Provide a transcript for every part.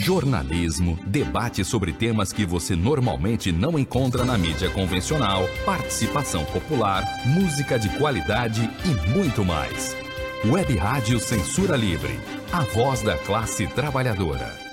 jornalismo, debate sobre temas que você normalmente não encontra na mídia convencional, participação popular, música de qualidade e muito mais. Web Rádio Censura Livre, a voz da classe trabalhadora.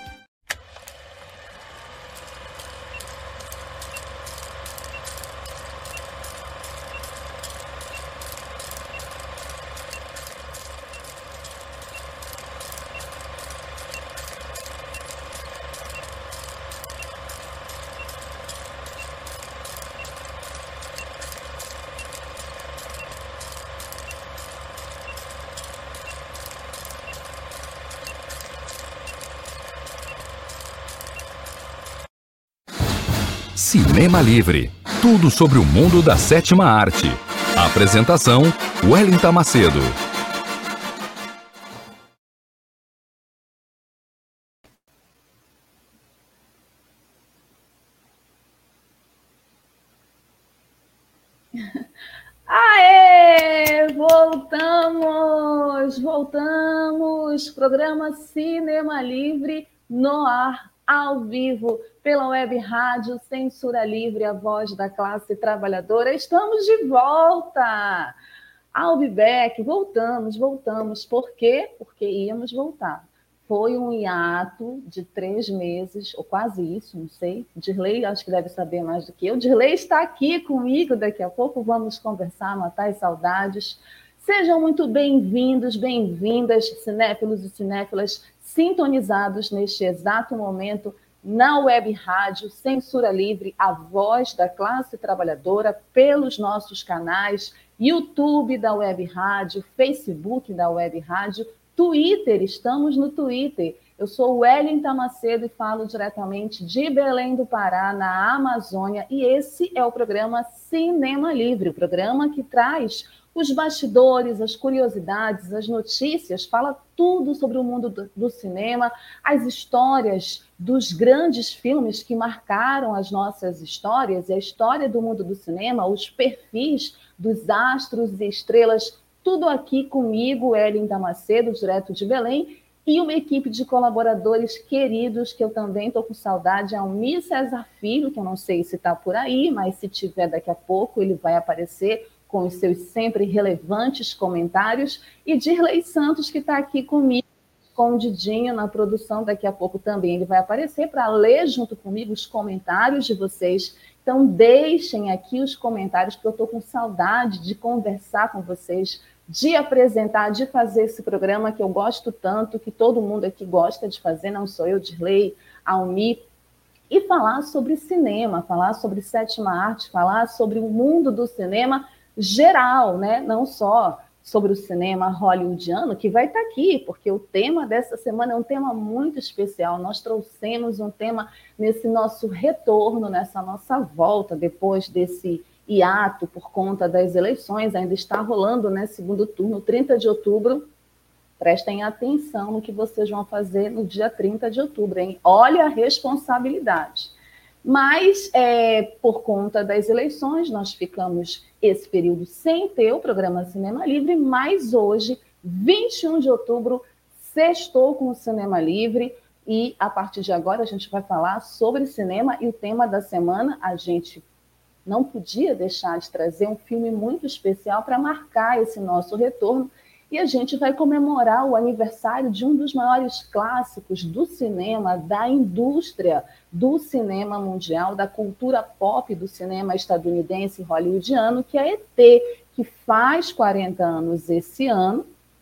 Cinema Livre, tudo sobre o mundo da sétima arte. Apresentação, Wellington Macedo. Aê! Voltamos! Programa Cinema Livre no ar, ao vivo, pela Web Rádio Censura Livre, a voz da classe trabalhadora. Estamos de volta! I'll be back, voltamos. Por quê? Porque íamos voltar. Foi um hiato de 3 meses, ou quase isso, não sei. Dirley, acho que deve saber mais do que eu. Dirley está aqui comigo, daqui a pouco vamos conversar, matar as saudades. Sejam muito bem-vindos, bem-vindas, cinéfilos e cinéfilas, sintonizados neste exato momento na Web Rádio Censura Livre, a voz da classe trabalhadora, pelos nossos canais, YouTube da Web Rádio, Facebook da Web Rádio, Twitter, estamos no Twitter. Eu sou Wellington Macedo e falo diretamente de Belém do Pará, na Amazônia, e esse é o programa Cinema Livre, o programa que traz os bastidores, as curiosidades, as notícias, fala tudo sobre o mundo do cinema, as histórias dos grandes filmes que marcaram as nossas histórias, e a história do mundo do cinema, os perfis dos astros e estrelas, tudo aqui comigo, Wellington Macedo, direto de Belém, e uma equipe de colaboradores queridos, que eu também estou com saudade, Almir César Filho, que eu não sei se está por aí, mas se tiver daqui a pouco, ele vai aparecer com os seus sempre relevantes comentários, e Dirley Santos, que está aqui comigo, escondidinho na produção, daqui a pouco também ele vai aparecer para ler junto comigo os comentários de vocês. Então deixem aqui os comentários, porque eu estou com saudade de conversar com vocês, de apresentar, de fazer esse programa que eu gosto tanto, que todo mundo aqui gosta de fazer, não sou eu, Dirley, Almir, e falar sobre cinema, falar sobre sétima arte, falar sobre o mundo do cinema geral, né? Não só sobre o cinema hollywoodiano, que vai estar aqui, porque o tema dessa semana é um tema muito especial. Nós trouxemos um tema nesse nosso retorno, nessa nossa volta, depois desse hiato por conta das eleições, ainda está rolando, né? Segundo turno, 30 de outubro. Prestem atenção no que vocês vão fazer no dia 30 de outubro, hein? Olha a responsabilidade. Mas, por conta das eleições, nós ficamos esse período sem ter o programa Cinema Livre, mas hoje, 21 de outubro, sextou com o Cinema Livre, e a partir de agora a gente vai falar sobre cinema, e o tema da semana, a gente não podia deixar de trazer um filme muito especial para marcar esse nosso retorno, e a gente vai comemorar o aniversário de um dos maiores clássicos do cinema, da indústria do cinema mundial, da cultura pop do cinema estadunidense e hollywoodiano, que é ET, que faz 40 anos esse ano,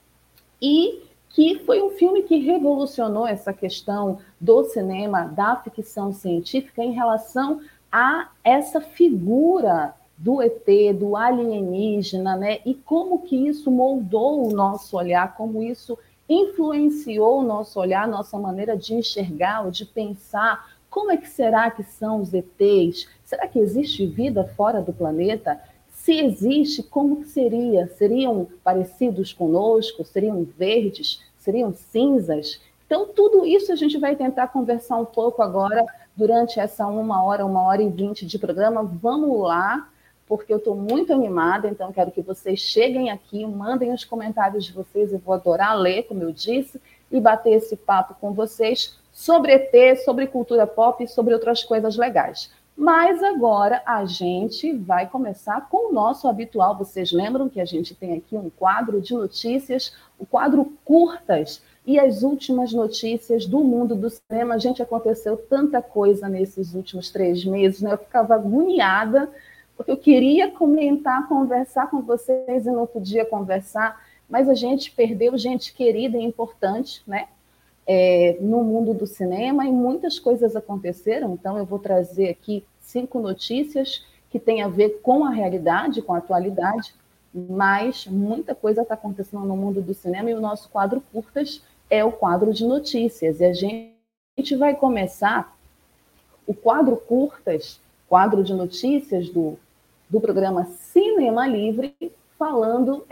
e que foi um filme que revolucionou essa questão do cinema, da ficção científica, em relação a essa figura do ET, do alienígena, né? E como que isso moldou o nosso olhar, como isso influenciou o nosso olhar, nossa maneira de enxergar ou de pensar. Como é que será que são os ETs? Será que existe vida fora do planeta? Se existe, como que seria? Seriam parecidos conosco? Seriam verdes? Seriam cinzas? Então, tudo isso a gente vai tentar conversar um pouco agora, durante essa 1h e 20 de programa. Vamos lá, porque eu estou muito animada, então quero que vocês cheguem aqui, mandem os comentários de vocês, eu vou adorar ler, como eu disse, e bater esse papo com vocês sobre ET, sobre cultura pop e sobre outras coisas legais. Mas agora a gente vai começar com o nosso habitual. Vocês lembram que a gente tem aqui um quadro de notícias, o quadro Curtas, e as últimas notícias do mundo do cinema. Gente, aconteceu tanta coisa nesses últimos 3 meses, né? Eu ficava agoniada, porque eu queria comentar, conversar com vocês e não podia conversar, mas a gente perdeu gente querida e importante, né? No mundo do cinema, e muitas coisas aconteceram. Então eu vou trazer aqui 5 notícias que têm a ver com a realidade, com a atualidade, mas muita coisa está acontecendo no mundo do cinema, e o nosso quadro Curtas é o quadro de notícias. E a gente vai começar o quadro Curtas, quadro de notícias do programa Cinema Livre, falando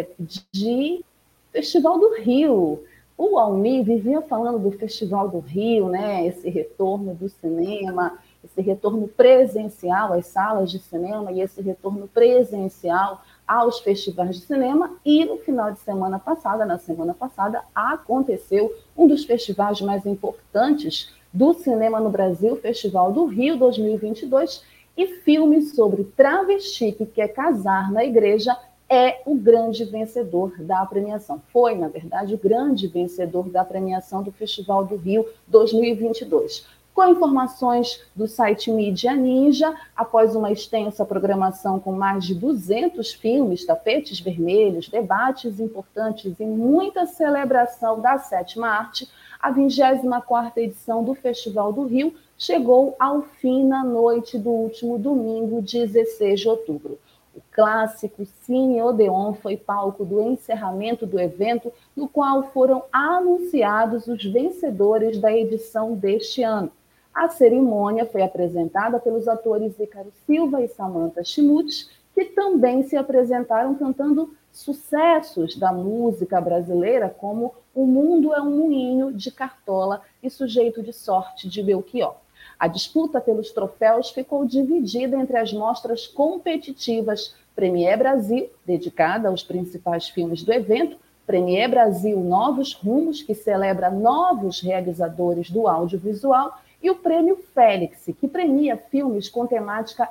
de Festival do Rio. O Almir vivia falando do Festival do Rio, né? Esse retorno do cinema, esse retorno presencial às salas de cinema e esse retorno presencial aos festivais de cinema. E no final de semana passada, na semana passada, aconteceu um dos festivais mais importantes do cinema no Brasil, o Festival do Rio 2022, e filme sobre travesti que quer casar na igreja é o grande vencedor da premiação. Foi, na verdade, o grande vencedor da premiação do Festival do Rio 2022. Com informações do site Mídia Ninja, após uma extensa programação com mais de 200 filmes, tapetes vermelhos, debates importantes e muita celebração da sétima arte, a 24ª edição do Festival do Rio chegou ao fim na noite do último domingo, 16 de outubro. O clássico Cine Odeon foi palco do encerramento do evento, no qual foram anunciados os vencedores da edição deste ano. A cerimônia foi apresentada pelos atores Ícaro Silva e Samantha Schmutz, que também se apresentaram cantando sucessos da música brasileira, como O Mundo é um Moinho, de Cartola, e Sujeito de Sorte, de Belchior. A disputa pelos troféus ficou dividida entre as mostras competitivas Premier Brasil, dedicada aos principais filmes do evento, Premier Brasil Novos Rumos, que celebra novos realizadores do audiovisual, e o Prêmio Félix, que premia filmes com temática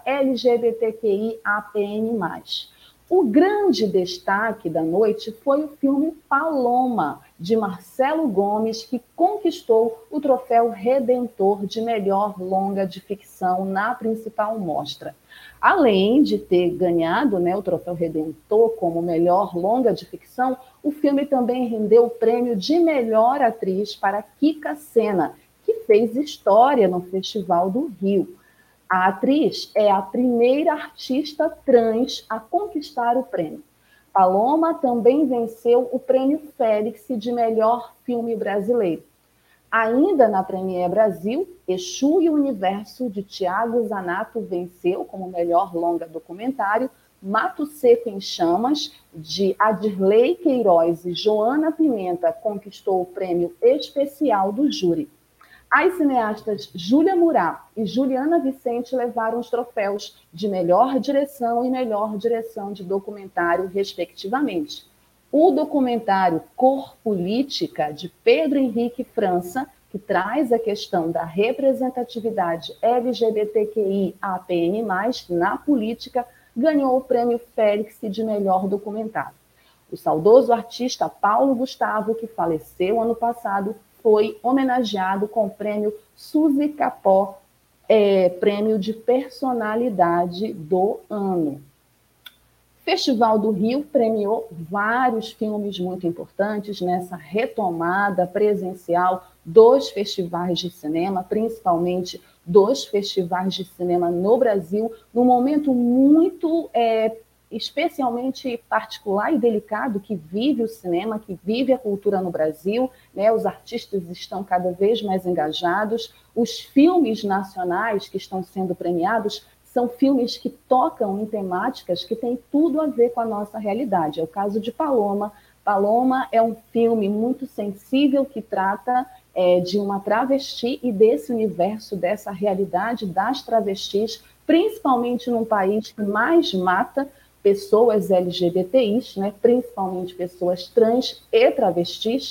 LGBTQI-APN+. O grande destaque da noite foi o filme Paloma, de Marcelo Gomes, que conquistou o troféu Redentor de melhor longa de ficção na principal mostra. Além de ter ganhado, né, o troféu Redentor como melhor longa de ficção, o filme também rendeu o prêmio de melhor atriz para Kika Sena, que fez história no Festival do Rio. A atriz é a primeira artista trans a conquistar o prêmio. Paloma também venceu o Prêmio Félix de melhor filme brasileiro. Ainda na Premier Brasil, Exu e o Universo, de Tiago Zanato, venceu como melhor longa documentário. Mato Seco em Chamas, de Adirley Queiroz e Joana Pimenta, conquistou o prêmio especial do júri. As cineastas Júlia Murat e Juliana Vicente levaram os troféus de melhor direção e melhor direção de documentário, respectivamente. O documentário Cor Política, de Pedro Henrique França, que traz a questão da representatividade LGBTQI-APN+, na política, ganhou o prêmio Félix de melhor documentário. O saudoso artista Paulo Gustavo, que faleceu ano passado, foi homenageado com o prêmio Suzy Capó, prêmio de personalidade do ano. O Festival do Rio premiou vários filmes muito importantes nessa retomada presencial dos festivais de cinema, principalmente dos festivais de cinema no Brasil, num momento muito especialmente particular e delicado que vive o cinema, que vive a cultura no Brasil, né? Os artistas estão cada vez mais engajados, os filmes nacionais que estão sendo premiados são filmes que tocam em temáticas que têm tudo a ver com a nossa realidade. É o caso de Paloma. Paloma é um filme muito sensível que trata de uma travesti e desse universo, dessa realidade das travestis, principalmente num país que mais mata pessoas LGBTIs, né, principalmente pessoas trans e travestis,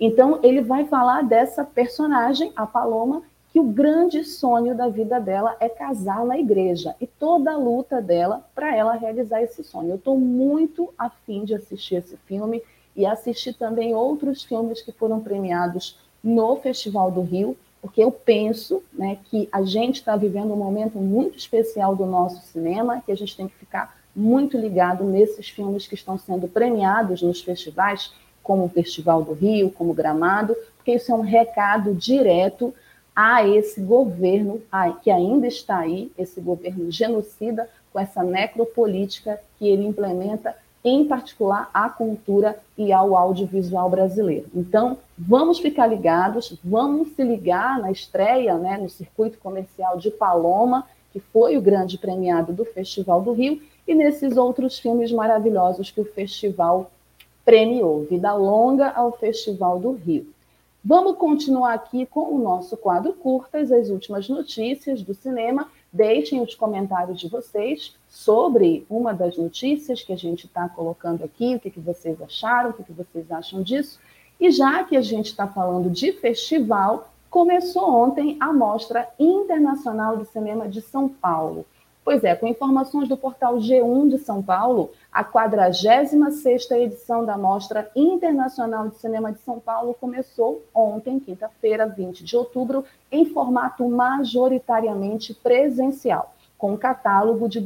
Então, ele vai falar dessa personagem, a Paloma, que o grande sonho da vida dela é casar na igreja, e toda a luta dela para ela realizar esse sonho. Eu estou muito afim de assistir esse filme e assistir também outros filmes que foram premiados no Festival do Rio, porque eu penso, né, que a gente está vivendo um momento muito especial do nosso cinema, que a gente tem que ficar muito ligado nesses filmes que estão sendo premiados nos festivais, como o Festival do Rio, como Gramado, porque isso é um recado direto a esse governo que ainda está aí, esse governo genocida, com essa necropolítica que ele implementa, em particular à cultura e ao audiovisual brasileiro. Então, vamos ficar ligados, vamos se ligar na estreia, né, no circuito comercial de Paloma, que foi o grande premiado do Festival do Rio, e nesses outros filmes maravilhosos que o festival premiou. Vida longa ao Festival do Rio. Vamos continuar aqui com o nosso quadro Curtas, as últimas notícias do cinema. Deixem os comentários de vocês sobre uma das notícias que a gente está colocando aqui, o que vocês acharam, o que vocês acham disso. E já que a gente está falando de festival, começou ontem a Mostra Internacional de Cinema de São Paulo. Pois é, com informações do portal G1 de São Paulo, a 46ª edição da Mostra Internacional de Cinema de São Paulo começou ontem, quinta-feira, 20 de outubro, em formato majoritariamente presencial, com um catálogo de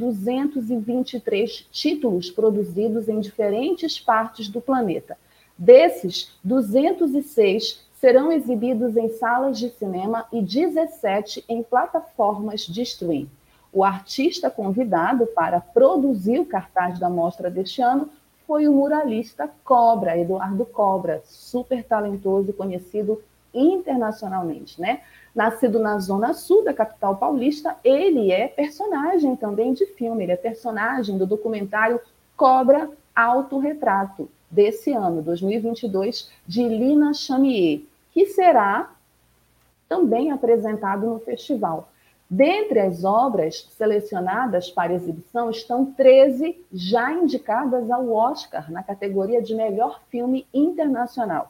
223 títulos produzidos em diferentes partes do planeta. Desses, 206 serão exibidos em salas de cinema e 17 em plataformas de streaming. O artista convidado para produzir o cartaz da mostra deste ano foi o muralista Cobra, Eduardo Cobra, super talentoso e conhecido internacionalmente, né? Nascido na zona sul da capital paulista, ele é personagem também de filme, ele é personagem do documentário Cobra Autorretrato, desse ano, 2022, de Lina Chamier, que será também apresentado no festival. Dentre as obras selecionadas para exibição estão 13 já indicadas ao Oscar na categoria de melhor filme internacional.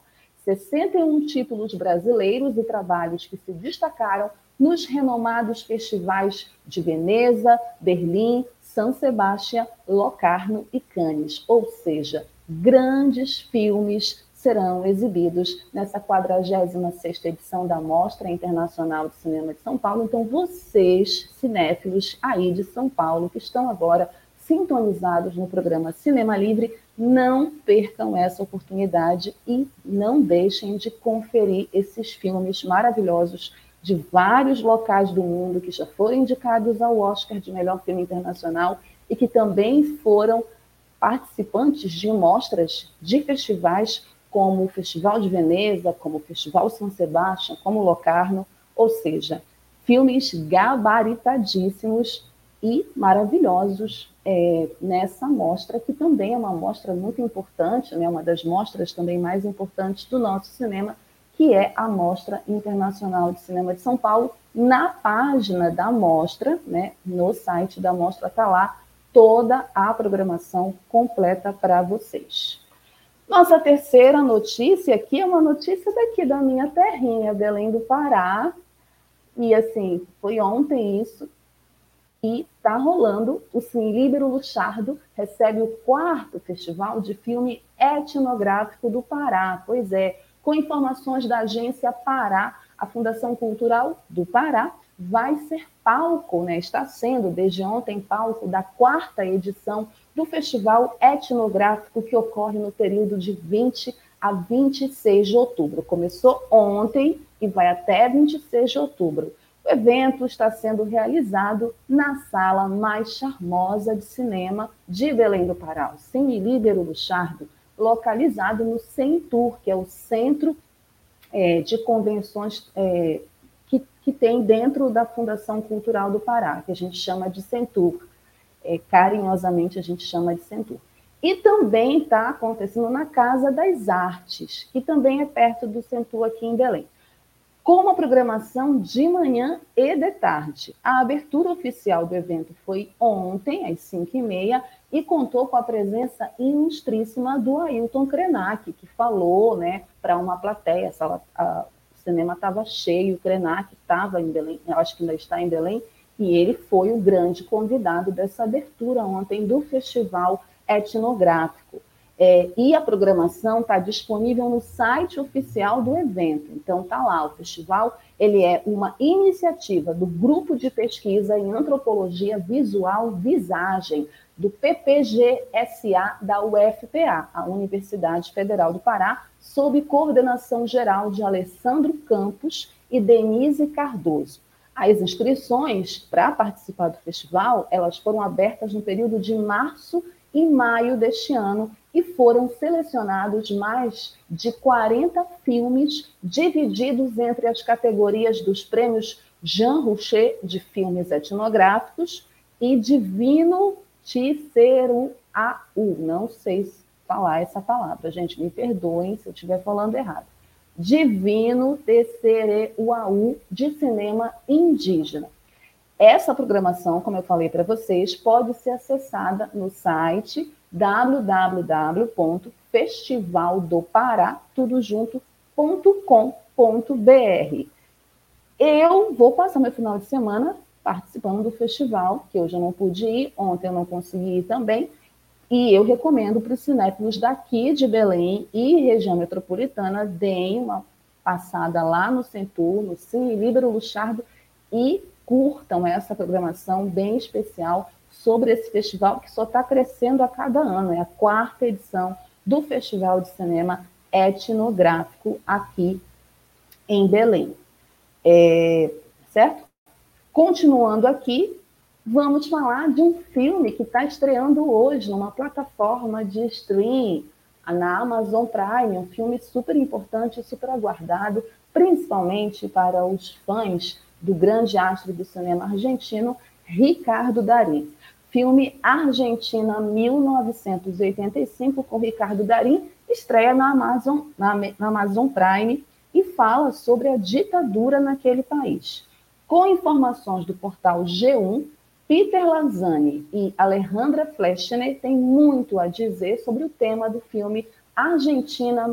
61 títulos brasileiros e trabalhos que se destacaram nos renomados festivais de Veneza, Berlim, San Sebastián, Locarno e Cannes. Ou seja, grandes filmes serão exibidos nessa 46ª edição da Mostra Internacional de Cinema de São Paulo. Então, vocês, cinéfilos aí de São Paulo, que estão agora sintonizados no programa Cinema Livre, não percam essa oportunidade e não deixem de conferir esses filmes maravilhosos de vários locais do mundo que já foram indicados ao Oscar de melhor filme internacional e que também foram participantes de mostras de festivais como o Festival de Veneza, como o Festival San Sebastián, como o Locarno, ou seja, filmes gabaritadíssimos e maravilhosos nessa mostra, que também é uma mostra muito importante, né, uma das mostras também mais importantes do nosso cinema, que é a Mostra Internacional de Cinema de São Paulo. Na página da mostra, né, no site da mostra está lá toda a programação completa para vocês. Nossa terceira notícia aqui é uma notícia daqui da minha terrinha, Belém do Pará. E assim, foi ontem isso. E está rolando, o Cine Líbero Luchardo recebe o 4º Festival de Filme Etnográfico do Pará. Pois é, com informações da agência Pará, a Fundação Cultural do Pará vai ser palco, né? Está sendo desde ontem palco da 4ª edição do Festival Etnográfico, que ocorre no período de 20 a 26 de outubro. Começou ontem e vai até 26 de outubro. O evento está sendo realizado na sala mais charmosa de cinema de Belém do Pará, o Cine Líbero Luchardo, localizado no Centur, que é o centro de convenções que tem dentro da Fundação Cultural do Pará, que a gente chama de Centur. Carinhosamente a gente chama de Centur. E também está acontecendo na Casa das Artes, que também é perto do Centur aqui em Belém. com uma programação de manhã e de tarde. A abertura oficial do evento foi ontem, às 5h30, e contou com a presença ilustríssima do Ailton Krenak, que falou, né, para uma plateia. O cinema estava cheio, o Krenak estava em Belém, eu acho que ainda está em Belém, e ele foi o grande convidado dessa abertura ontem do Festival Etnográfico. E a programação está disponível no site oficial do evento. Então, está lá, o festival ele é uma iniciativa do Grupo de Pesquisa em Antropologia Visual Visagem, do PPG-SA da UFPA, a Universidade Federal do Pará, sob coordenação geral de Alessandro Campos e Denise Cardoso. As inscrições para participar do festival, elas foram abertas no período de março e maio deste ano, e foram selecionados mais de 40 filmes divididos entre as categorias dos prêmios Jean Roucher de filmes etnográficos e Divino Tisseruau. Não sei falar essa palavra, gente, me perdoem se eu estiver falando errado. Divino Tisseruau de cinema indígena. Essa programação, como eu falei para vocês, pode ser acessada no site www.festivaldopará.com.br. Eu vou passar meu final de semana participando do festival, que hoje eu não pude ir, ontem eu não consegui ir também, e eu recomendo para os cinéfilos daqui de Belém e região metropolitana, deem uma passada lá no Centur, no Cine Líbero Luchardo, e curtam essa programação bem especial sobre esse festival que só está crescendo a cada ano. É a 4ª edição do Festival de Cinema Etnográfico aqui em Belém. Certo? Continuando aqui, vamos falar de um filme que está estreando hoje numa plataforma de streaming, na Amazon Prime, um filme super importante, super aguardado, principalmente para os fãs do grande astro do cinema argentino, Ricardo Darín. Filme Argentina 1985, com Ricardo Darín, estreia na Amazon Prime e fala sobre a ditadura naquele país. Com informações do portal G1, Peter Lanzani e Alejandra Flechner têm muito a dizer sobre o tema do filme Argentina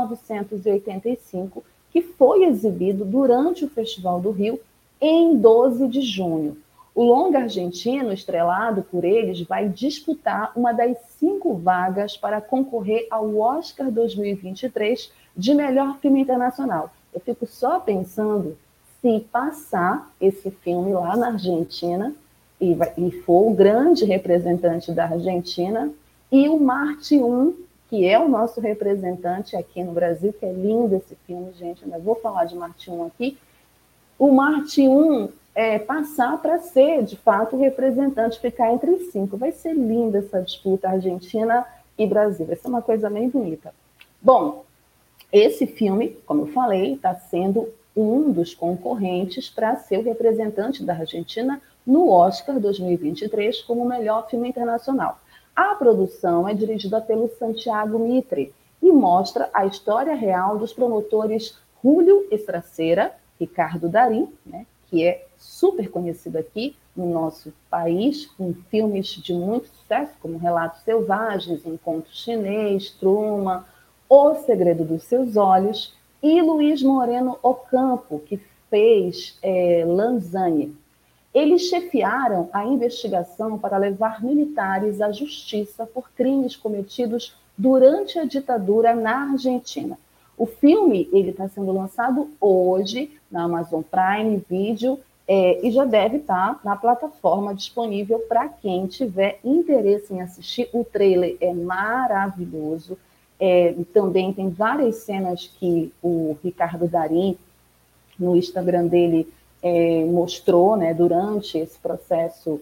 1985, que foi exibido durante o Festival do Rio em 12 de junho. O longa argentino, estrelado por eles, vai disputar uma das 5 vagas para concorrer ao Oscar 2023 de melhor filme internacional. Eu fico só pensando se passar esse filme lá na Argentina e for o grande representante da Argentina, e o Marte 1, que é o nosso representante aqui no Brasil, que é lindo esse filme, gente, ainda vou falar de Marte 1 aqui, o Marte 1 passar para ser, de fato, o representante, ficar entre os 5. Vai ser linda essa disputa Argentina e Brasil, vai ser uma coisa bem bonita. Bom, esse filme, como eu falei, está sendo um dos concorrentes para ser o representante da Argentina no Oscar 2023 como o melhor filme internacional. A produção é dirigida pelo Santiago Mitre e mostra a história real dos promotores Júlio Estracera, Ricardo Darín, né, que é super conhecido aqui no nosso país, com filmes de muito sucesso, como Relatos Selvagens, Encontro Chinês, Truman, O Segredo dos Seus Olhos, e Luiz Moreno Ocampo, que fez Lanzani. Eles chefiaram a investigação para levar militares à justiça por crimes cometidos durante a ditadura na Argentina. O filme está sendo lançado hoje na Amazon Prime Video e já deve estar na plataforma disponível para quem tiver interesse em assistir. O trailer é maravilhoso. Também tem várias cenas que o Ricardo Darín, no Instagram dele, mostrou, né, durante esse processo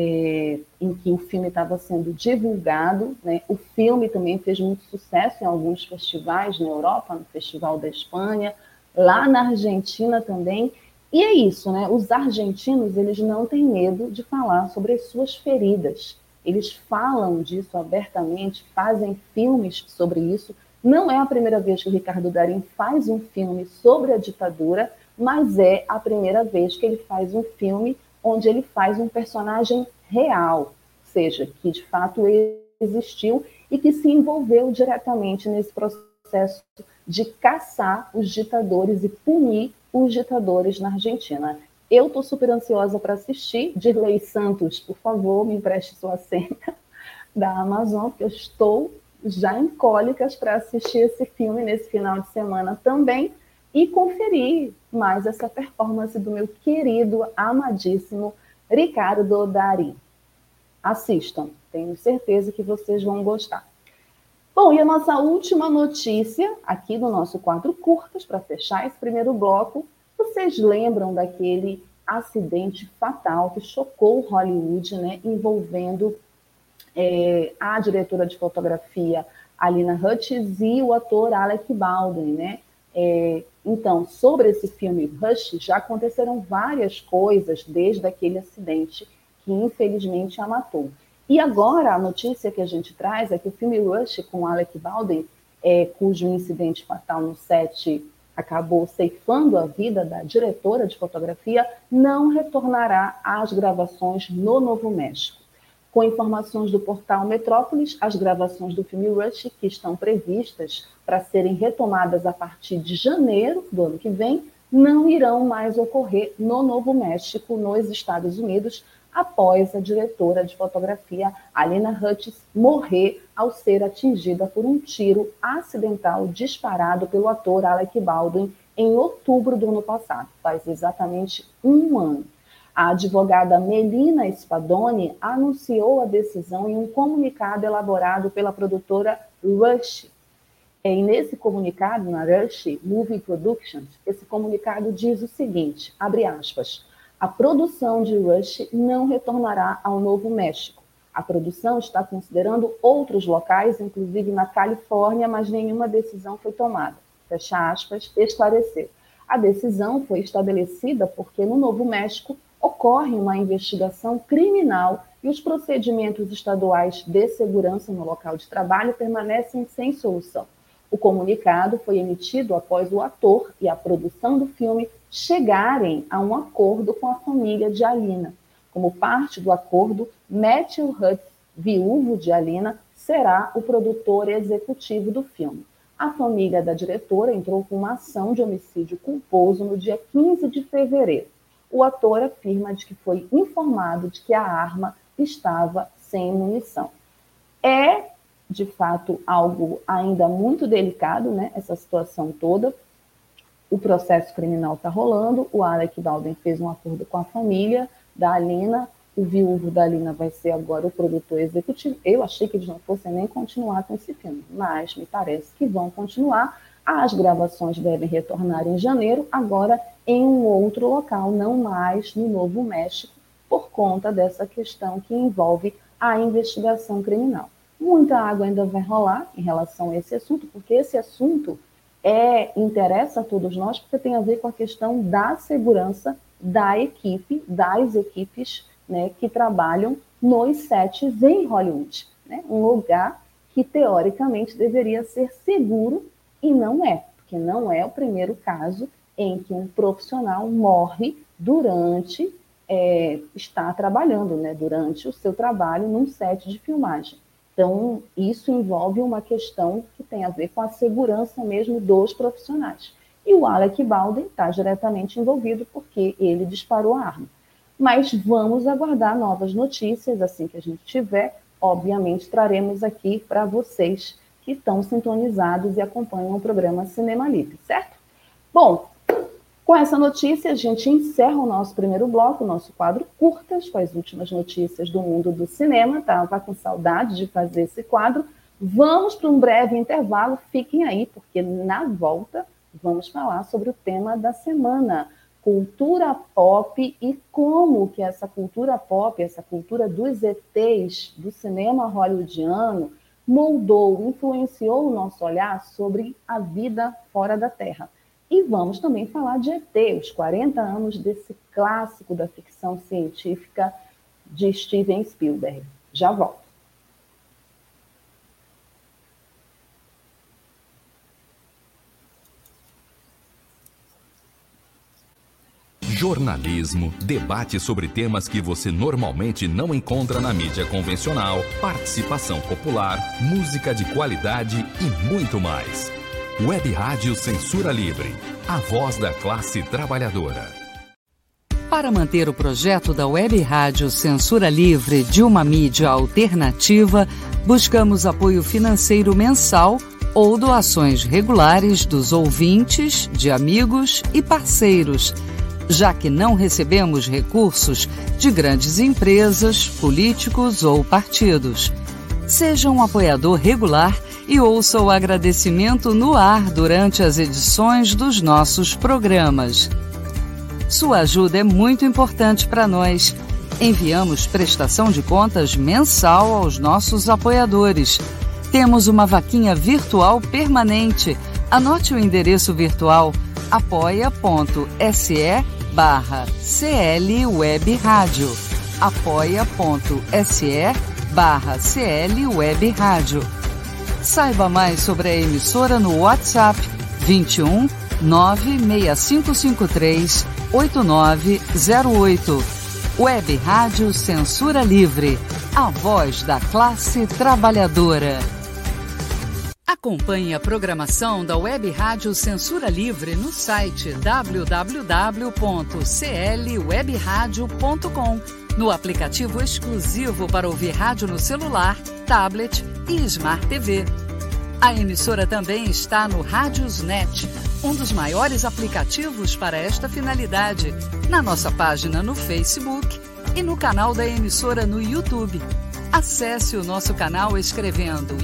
em que o filme estava sendo divulgado, né? O filme também fez muito sucesso em alguns festivais na Europa, no Festival da Espanha, lá na Argentina também. E é isso, né? Os argentinos, eles não têm medo de falar sobre as suas feridas. Eles falam disso abertamente, fazem filmes sobre isso. Não é a primeira vez que o Ricardo Darín faz um filme sobre a ditadura, mas é a primeira vez que ele faz um filme onde ele faz um personagem real, ou seja, que de fato existiu e que se envolveu diretamente nesse processo de caçar os ditadores e punir os ditadores na Argentina. Eu estou super ansiosa para assistir. Dirley Santos, por favor, me empreste sua senha da Amazon, porque eu estou já em cólicas para assistir esse filme nesse final de semana também e conferir mais essa performance do meu querido, amadíssimo Ricardo Darín. Assistam, tenho certeza que vocês vão gostar. Bom, e a nossa última notícia aqui do nosso quadro curtas, para fechar esse primeiro bloco, vocês lembram daquele acidente fatal que chocou Hollywood, né, envolvendo a diretora de fotografia Alina Hutchins e o ator Alec Baldwin, né? Então, sobre esse filme Rush, já aconteceram várias coisas desde aquele acidente que infelizmente a matou. E agora a notícia que a gente traz é que o filme Rush com Alec Baldwin, cujo incidente fatal no set acabou ceifando a vida da diretora de fotografia, não retornará às gravações no Novo México. Com informações do portal Metrópolis, as gravações do filme Rush, que estão previstas para serem retomadas a partir de janeiro do ano que vem, não irão mais ocorrer no Novo México, nos Estados Unidos, após a diretora de fotografia Alina Hutchins morrer ao ser atingida por um tiro acidental disparado pelo ator Alec Baldwin em outubro do ano passado, faz exatamente um ano. A advogada Melina Spadoni anunciou a decisão em um comunicado elaborado pela produtora Rush. E nesse comunicado, na Rush Movie Productions, esse comunicado diz o seguinte, abre aspas, a produção de Rush não retornará ao Novo México. A produção está considerando outros locais, inclusive na Califórnia, mas nenhuma decisão foi tomada. Fecha aspas, esclareceu. A decisão foi estabelecida porque no Novo México ocorre uma investigação criminal e os procedimentos estaduais de segurança no local de trabalho permanecem sem solução. O comunicado foi emitido após o ator e a produção do filme chegarem a um acordo com a família de Alina. Como parte do acordo, Matthew Hutt, viúvo de Alina, será o produtor executivo do filme. A família da diretora entrou com uma ação de homicídio culposo no dia 15 de fevereiro. O ator afirma de que foi informado de que a arma estava sem munição. É, de fato, algo ainda muito delicado, né, essa situação toda. O processo criminal está rolando, o Alec Baldwin fez um acordo com a família da Alina, o viúvo da Alina vai ser agora o produtor executivo. Eu achei que eles não fossem nem continuar com esse filme, mas me parece que vão continuar. As gravações devem retornar em janeiro, agora em um outro local, não mais no Novo México, por conta dessa questão que envolve a investigação criminal. Muita água ainda vai rolar em relação a esse assunto, porque esse assunto interessa a todos nós, porque tem a ver com a questão da segurança da equipe, das equipes, né, que trabalham nos sets em Hollywood, né, um lugar que teoricamente deveria ser seguro e não é, porque não é o primeiro caso em que um profissional morre durante está trabalhando, né, durante o seu trabalho num set de filmagem. Então, isso envolve uma questão que tem a ver com a segurança mesmo dos profissionais. E o Alec Baldwin está diretamente envolvido porque ele disparou a arma. Mas vamos aguardar novas notícias, assim que a gente tiver, obviamente traremos aqui para vocês que estão sintonizados e acompanham o programa Cinema Livre, certo? Bom, com essa notícia, a gente encerra o nosso primeiro bloco, o nosso quadro curtas, com as últimas notícias do mundo do cinema. Estava com saudade de fazer esse quadro. Vamos para um breve intervalo, fiquem aí, porque na volta vamos falar sobre o tema da semana, cultura pop e como que essa cultura pop, essa cultura dos ETs, do cinema hollywoodiano, moldou, influenciou o nosso olhar sobre a vida fora da Terra. E vamos também falar de ET, os 40 anos desse clássico da ficção científica de Steven Spielberg. Já volto. Jornalismo, debate sobre temas que você normalmente não encontra na mídia convencional, participação popular, música de qualidade e muito mais. Web Rádio Censura Livre, a voz da classe trabalhadora. Para manter o projeto da Web Rádio Censura Livre de uma mídia alternativa, buscamos apoio financeiro mensal ou doações regulares dos ouvintes, de amigos e parceiros, já que não recebemos recursos de grandes empresas, políticos ou partidos. Seja um apoiador regular e ouça o agradecimento no ar durante as edições dos nossos programas. Sua ajuda é muito importante para nós. Enviamos prestação de contas mensal aos nossos apoiadores. Temos uma vaquinha virtual permanente. Anote o endereço virtual apoia.se/CL Web Rádio. apoia.se/CL Web Rádio. Saiba mais sobre a emissora no WhatsApp 21 96553 8908. Web Rádio Censura Livre, a voz da classe trabalhadora. Acompanhe a programação da Web Rádio Censura Livre no site www.clwebradio.com, no aplicativo exclusivo para ouvir rádio no celular, tablet e Smart TV. A emissora também está no Radiosnet, um dos maiores aplicativos para esta finalidade, na nossa página no Facebook e no canal da emissora no YouTube. Acesse o nosso canal escrevendo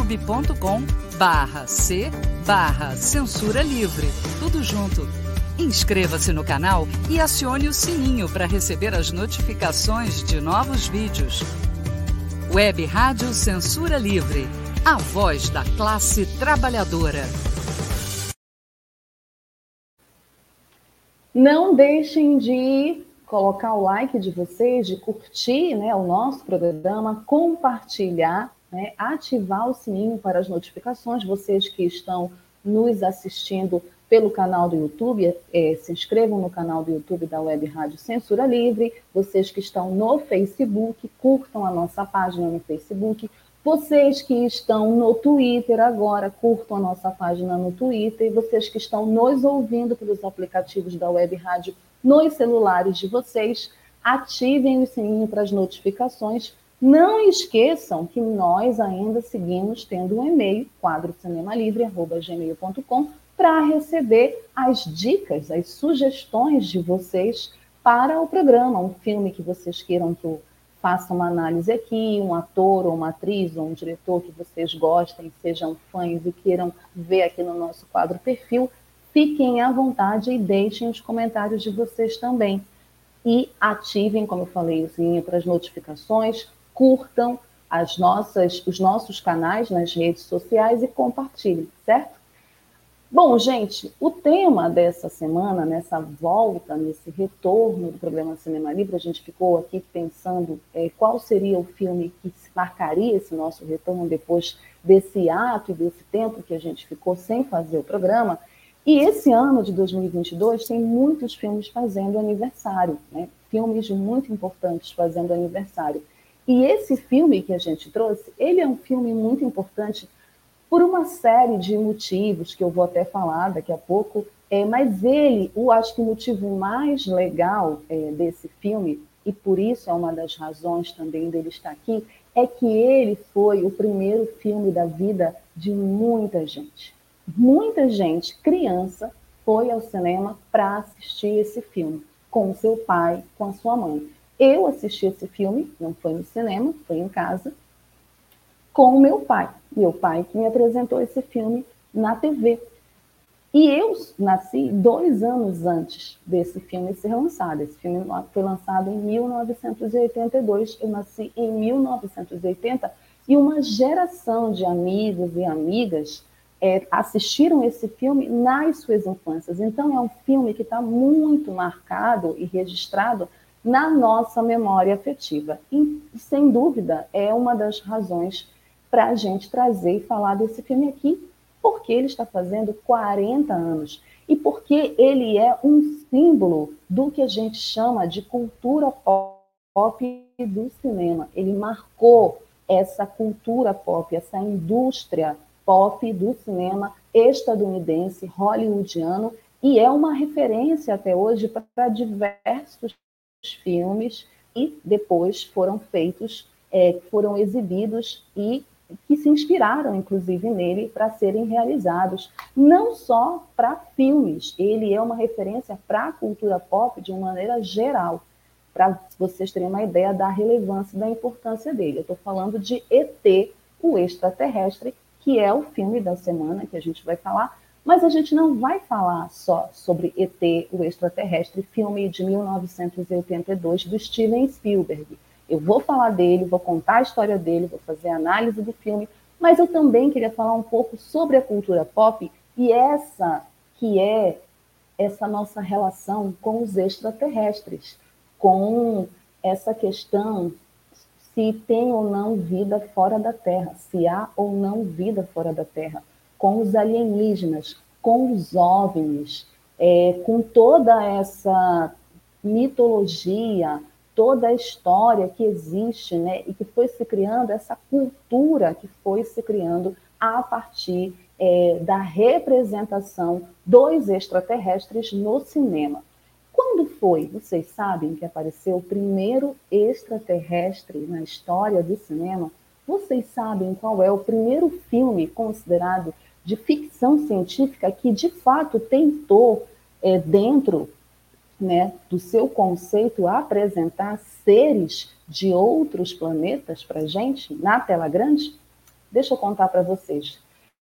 youtube.com/c/Censura Livre, tudo junto. Inscreva-se no canal e acione o sininho para receber as notificações de novos vídeos. Web Rádio Censura Livre, a voz da classe trabalhadora. Não deixem de colocar o like de vocês, de curtir, né, o nosso programa, compartilhar, né, ativar o sininho para as notificações. Vocês que estão nos assistindo pelo canal do YouTube, se inscrevam no canal do YouTube da Web Rádio Censura Livre. Vocês que estão no Facebook, curtam a nossa página no Facebook. Vocês que estão no Twitter agora, curtam a nossa página no Twitter. E vocês que estão nos ouvindo pelos aplicativos da Web Rádio nos celulares de vocês, ativem o sininho para as notificações. Não esqueçam que nós ainda seguimos tendo um e-mail, quadrocinemalivre@gmail.com, para receber as dicas, as sugestões de vocês para o programa. Um filme que vocês queiram que eu faça uma análise aqui, um ator ou uma atriz ou um diretor que vocês gostem, sejam fãs e queiram ver aqui no nosso quadro perfil, fiquem à vontade e deixem os comentários de vocês também. E ativem, como eu falei, o sininho para as notificações, curtam os nossos canais nas redes sociais e compartilhem, certo? Bom, gente, o tema dessa semana, nessa volta, nesse retorno do programa Cinema Livre, a gente ficou aqui pensando qual seria o filme que marcaria esse nosso retorno depois desse ato e desse tempo que a gente ficou sem fazer o programa. E esse ano de 2022 tem muitos filmes fazendo aniversário, né? Filmes muito importantes fazendo aniversário. E esse filme que a gente trouxe, ele é um filme muito importante por uma série de motivos que eu vou até falar daqui a pouco, mas acho que o motivo mais legal desse filme, e por isso é uma das razões também dele estar aqui, é que ele foi o primeiro filme da vida de muita gente. Muita gente, criança, foi ao cinema para assistir esse filme, com o seu pai, com a sua mãe. Eu assisti esse filme, não foi no cinema, foi em casa, com o meu pai que me apresentou esse filme na TV. E eu nasci 2 anos antes desse filme ser lançado. Esse filme foi lançado em 1982, eu nasci em 1980, e uma geração de amigos e amigas assistiram esse filme nas suas infâncias. Então, é um filme que está muito marcado e registrado na nossa memória afetiva. E, sem dúvida, é uma das razões para a gente trazer e falar desse filme aqui, porque ele está fazendo 40 anos. e porque ele é um símbolo do que a gente chama de cultura pop do cinema. Ele marcou essa cultura pop, essa indústria pop do cinema estadunidense, hollywoodiano, e é uma referência até hoje para diversos filmes e depois foram feitos, foram exibidos e que se inspiraram, inclusive, nele para serem realizados. Não só para filmes, ele é uma referência para a cultura pop de uma maneira geral, para vocês terem uma ideia da relevância e da importância dele. Eu estou falando de ET, o Extraterrestre, que é o filme da semana que a gente vai falar, mas a gente não vai falar só sobre ET, o Extraterrestre, filme de 1982 do Steven Spielberg. Eu vou falar dele, vou contar a história dele, vou fazer a análise do filme, mas eu também queria falar um pouco sobre a cultura pop e essa que é essa nossa relação com os extraterrestres, com essa questão se tem ou não vida fora da Terra, se há ou não vida fora da Terra, com os alienígenas, com os OVNIs, com toda essa mitologia, toda a história que existe, né, e que foi se criando, essa cultura que foi se criando a partir da representação dos extraterrestres no cinema. Quando foi, vocês sabem, que apareceu o primeiro extraterrestre na história do cinema? Vocês sabem qual é o primeiro filme considerado de ficção científica que, de fato, tentou, dentro, né, do seu conceito, apresentar seres de outros planetas para a gente na tela grande? Deixa eu contar para vocês.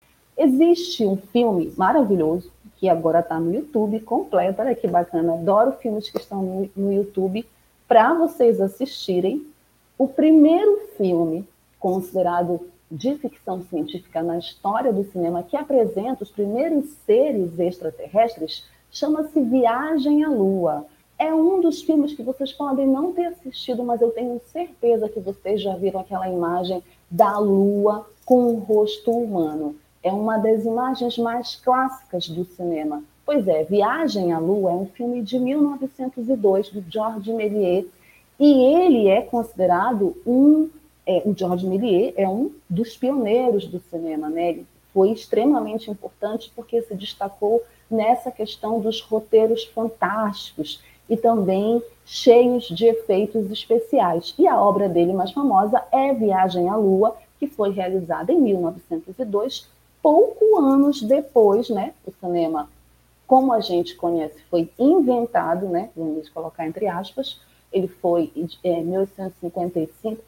Existe um filme maravilhoso que agora está no YouTube completo. Olha que bacana, adoro filmes que estão no YouTube para vocês assistirem. O primeiro filme considerado de ficção científica na história do cinema que apresenta os primeiros seres extraterrestres chama-se Viagem à Lua. É um dos filmes que vocês podem não ter assistido, mas eu tenho certeza que vocês já viram aquela imagem da Lua com o rosto humano. É uma das imagens mais clássicas do cinema. Pois é, Viagem à Lua é um filme de 1902, do Georges Méliès, e ele é considerado o Georges Méliès é um dos pioneiros do cinema, né? Ele foi extremamente importante porque se destacou nessa questão dos roteiros fantásticos e também cheios de efeitos especiais. E a obra dele mais famosa é Viagem à Lua, que foi realizada em 1902, pouco anos depois, né? O cinema, como a gente conhece, foi inventado, né? Vamos colocar entre aspas. Ele foi em 1855,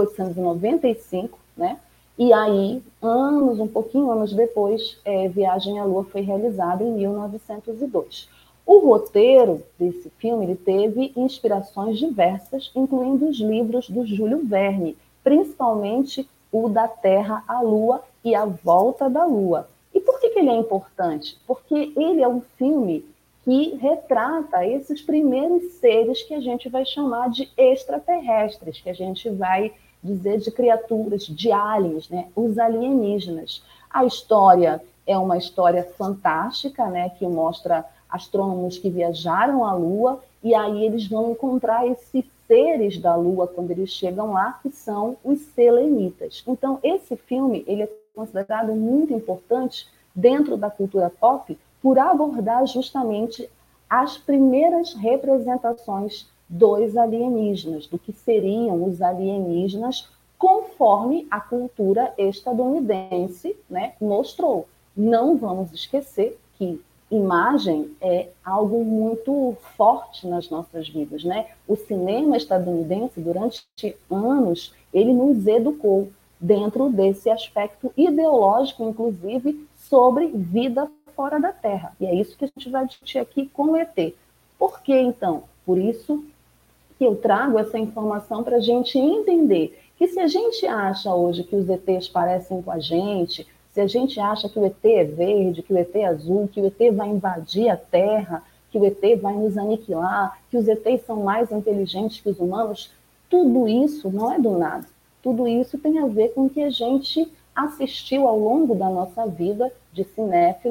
1895, né? E aí, um pouquinho anos depois, Viagem à Lua foi realizada em 1902. O roteiro desse filme ele teve inspirações diversas, incluindo os livros do Júlio Verne, principalmente o Da Terra à Lua e A Volta da Lua. E por que ele é importante? Porque ele é um filme que retrata esses primeiros seres que a gente vai chamar de extraterrestres, que a gente vai dizer de criaturas, de aliens, né? Os alienígenas. A história é uma história fantástica, né? Que mostra astrônomos que viajaram à Lua e aí eles vão encontrar esses seres da Lua quando eles chegam lá, que são os selenitas. Então, esse filme ele é considerado muito importante dentro da cultura pop por abordar justamente as primeiras representações dos alienígenas, do que seriam os alienígenas, conforme a cultura estadunidense, né, mostrou. Não vamos esquecer que imagem é algo muito forte nas nossas vidas, né? O cinema estadunidense, durante anos, ele nos educou dentro desse aspecto ideológico, inclusive, sobre vida fora da Terra. E é isso que a gente vai discutir aqui com o ET. Por que, então? Por isso que eu trago essa informação para a gente entender que se a gente acha hoje que os ETs parecem com a gente, se a gente acha que o ET é verde, que o ET é azul, que o ET vai invadir a Terra, que o ET vai nos aniquilar, que os ETs são mais inteligentes que os humanos, tudo isso não é do nada. Tudo isso tem a ver com o que a gente assistiu ao longo da nossa vida de cinéfilo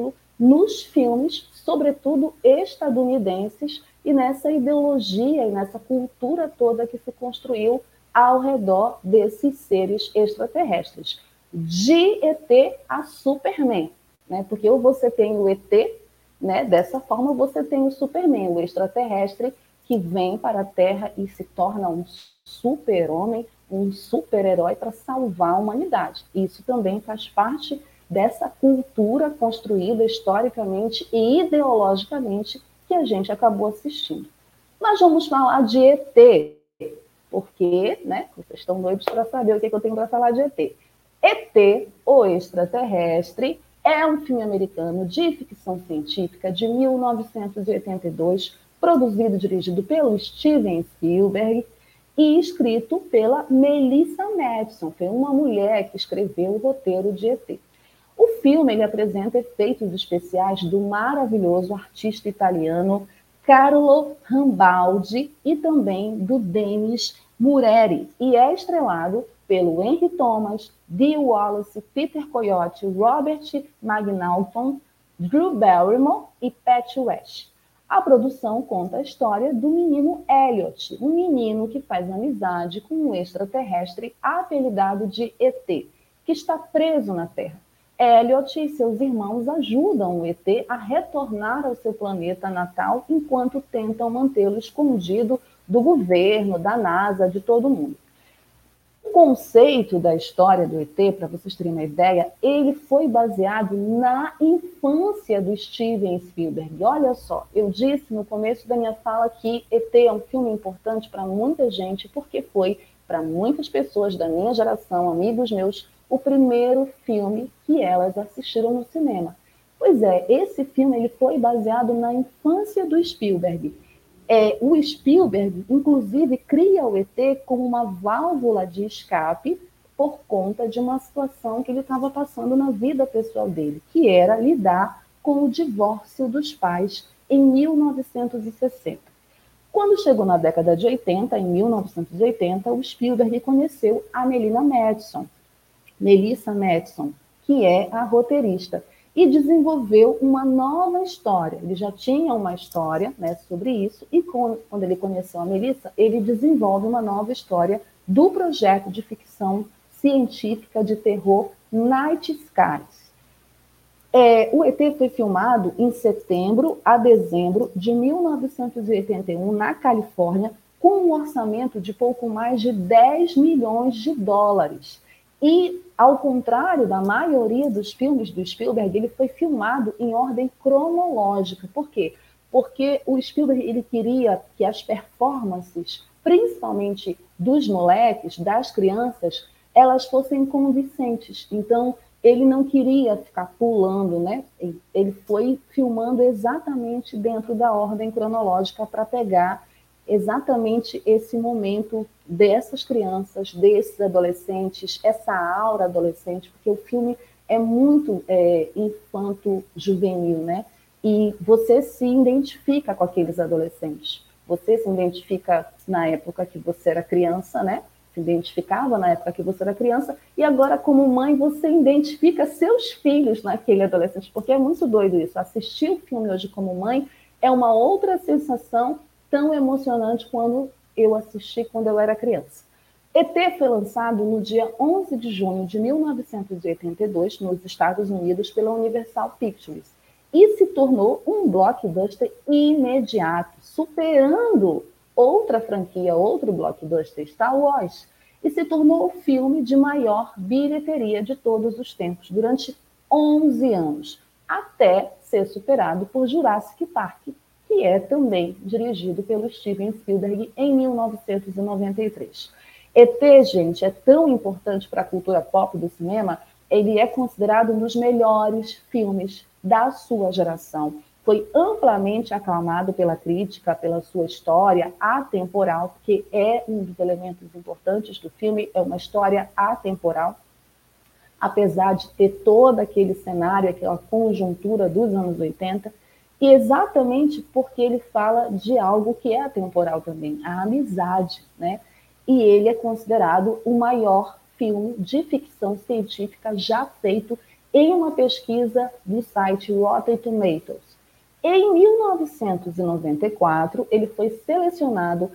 nos filmes, sobretudo estadunidenses, e nessa ideologia e nessa cultura toda que se construiu ao redor desses seres extraterrestres. De ET a Superman, né? Porque ou você tem o ET, né? Dessa forma você tem o Superman, o extraterrestre, que vem para a Terra e se torna um super-homem, um super-herói para salvar a humanidade. Isso também faz parte dessa cultura construída historicamente e ideologicamente que a gente acabou assistindo. Nós vamos falar de ET, porque, né, vocês estão doidos para saber o que eu tenho para falar de ET. ET, o extraterrestre, é um filme americano de ficção científica de 1982, produzido e dirigido pelo Steven Spielberg e escrito pela Melissa Madison. Foi uma mulher que escreveu o roteiro de ET. O filme ele apresenta efeitos especiais do maravilhoso artista italiano Carlo Rambaldi e também do Denis Mureri, e é estrelado pelo Henry Thomas, Dee Wallace, Peter Coyote, Robert McNaughton, Drew Barrymore e Pat West. A produção conta a história do menino Elliot, um menino que faz amizade com um extraterrestre apelidado de ET, que está preso na Terra. Elliot e seus irmãos ajudam o ET a retornar ao seu planeta natal enquanto tentam mantê-lo escondido do governo, da NASA, de todo mundo. O conceito da história do ET, para vocês terem uma ideia, ele foi baseado na infância do Steven Spielberg. Olha só, eu disse no começo da minha fala que ET é um filme importante para muita gente, porque foi, para muitas pessoas da minha geração, amigos meus, o primeiro filme que elas assistiram no cinema. Pois é, esse filme ele foi baseado na infância do Spielberg. O Spielberg, inclusive, cria o ET como uma válvula de escape por conta de uma situação que ele estava passando na vida pessoal dele, que era lidar com o divórcio dos pais em 1960. Quando chegou na década de 80, em 1980, o Spielberg conheceu a Melissa Madison, que é a roteirista, e desenvolveu uma nova história. Ele já tinha uma história, né, sobre isso, e quando ele conheceu a Melissa, ele desenvolve uma nova história do projeto de ficção científica de terror Night Skies. O ET foi filmado em setembro a dezembro de 1981 na Califórnia, com um orçamento de pouco mais de 10 milhões de dólares. E, ao contrário da maioria dos filmes do Spielberg, ele foi filmado em ordem cronológica. Por quê? Porque o Spielberg ele queria que as performances, principalmente dos moleques, das crianças, elas fossem convincentes. Então, ele não queria ficar pulando, né? Ele foi filmando exatamente dentro da ordem cronológica para pegar exatamente esse momento dessas crianças, desses adolescentes, essa aura adolescente, porque o filme é muito infanto-juvenil, né? E você se identifica com aqueles adolescentes. Você se identifica na época que você era criança, né? Se identificava na época que você era criança, e agora, como mãe, você identifica seus filhos naquele adolescente, porque é muito doido isso. Assistir o filme hoje como mãe é uma outra sensação tão emocionante quando eu assisti quando eu era criança. ET foi lançado no dia 11 de junho de 1982 nos Estados Unidos pela Universal Pictures e se tornou um blockbuster imediato, superando outra franquia, outro blockbuster, Star Wars, e se tornou o filme de maior bilheteria de todos os tempos durante 11 anos, até ser superado por Jurassic Park, que é também dirigido pelo Steven Spielberg em 1993. ET, gente, é tão importante para a cultura pop do cinema, ele é considerado um dos melhores filmes da sua geração. Foi amplamente aclamado pela crítica, pela sua história atemporal, porque é um dos elementos importantes do filme, é uma história atemporal, apesar de ter todo aquele cenário, aquela conjuntura dos anos 80, e exatamente porque ele fala de algo que é atemporal também, a amizade, né? E ele é considerado o maior filme de ficção científica já feito em uma pesquisa do site Rotten Tomatoes. Em 1994, ele foi selecionado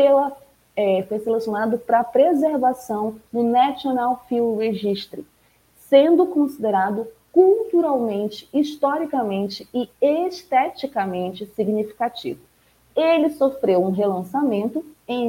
para preservação no National Film Registry, sendo considerado culturalmente, historicamente e esteticamente significativo. Ele sofreu um relançamento em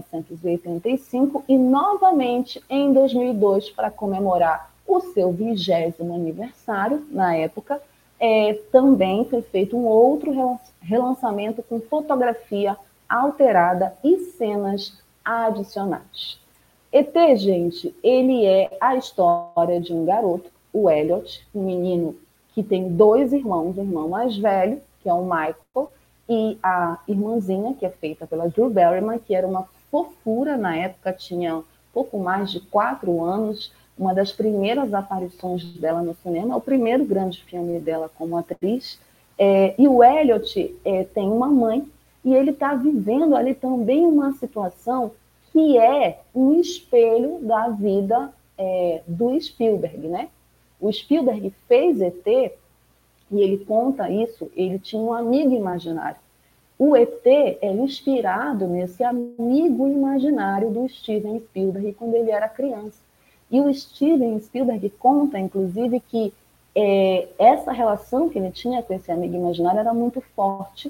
1985 e novamente em 2002 para comemorar o seu 20º aniversário. Na época, também foi feito um outro relançamento com fotografia alterada e cenas adicionais. ET, gente, ele é a história de um garoto, o Elliot, um menino que tem 2 irmãos, o irmão mais velho, que é o Michael, e a irmãzinha, que é feita pela Drew Barrymore, que era uma fofura na época, tinha pouco mais de 4 anos, uma das primeiras aparições dela no cinema, o primeiro grande filme dela como atriz. E o Elliot tem uma mãe, e ele está vivendo ali também uma situação que é um espelho da vida do Spielberg, né? O Spielberg fez ET, e ele conta isso, ele tinha um amigo imaginário. O ET é inspirado nesse amigo imaginário do Steven Spielberg quando ele era criança. E o Steven Spielberg conta, inclusive, que essa relação que ele tinha com esse amigo imaginário era muito forte,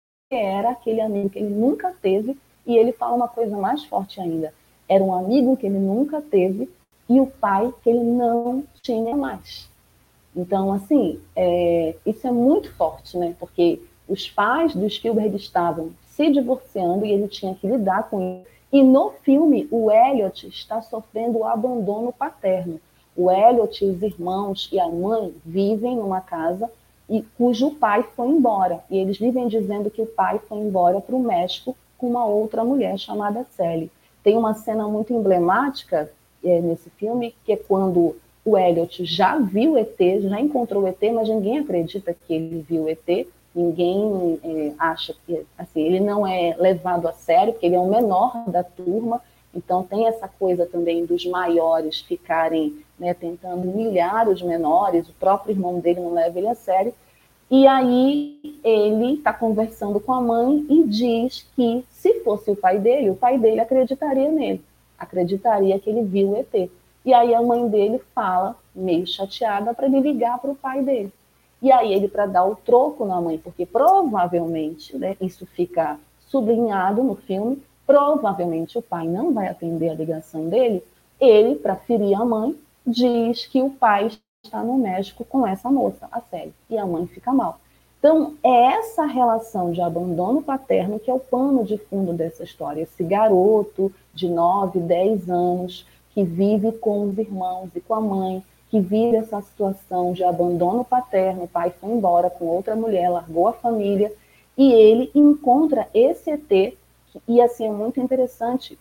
era aquele amigo que ele nunca teve, e ele fala uma coisa mais forte ainda, era um amigo que ele nunca teve e o pai que ele não tinha mais. Então, assim, isso é muito forte, né? Porque os pais do Spielberg estavam se divorciando e ele tinha que lidar com isso. E no filme, o Elliot está sofrendo o abandono paterno. O Elliot, os irmãos e a mãe vivem numa casa cujo pai foi embora. E eles vivem dizendo que o pai foi embora para o México com uma outra mulher chamada Sally. Tem uma cena muito emblemática nesse filme, que é quando o Elliot já viu o ET, já encontrou o ET, mas ninguém acredita que ele viu o ET, ninguém acha que, assim, ele não é levado a sério, porque ele é o menor da turma, então tem essa coisa também dos maiores ficarem, né, tentando humilhar os menores, o próprio irmão dele não leva ele a sério, e aí ele está conversando com a mãe e diz que se fosse o pai dele acreditaria nele, acreditaria que ele viu o ET. E aí a mãe dele fala, meio chateada, para ele ligar para o pai dele. E aí ele, para dar o troco na mãe, porque provavelmente, né, isso fica sublinhado no filme, provavelmente o pai não vai atender a ligação dele, ele, para ferir a mãe, diz que o pai está no México com essa moça, a Sally, e a mãe fica mal. Então, é essa relação de abandono paterno que é o pano de fundo dessa história. Esse garoto de 9, 10 anos, que vive com os irmãos e com a mãe, que vive essa situação de abandono paterno, o pai foi embora com outra mulher, largou a família, e ele encontra esse ET, e assim é muito interessante,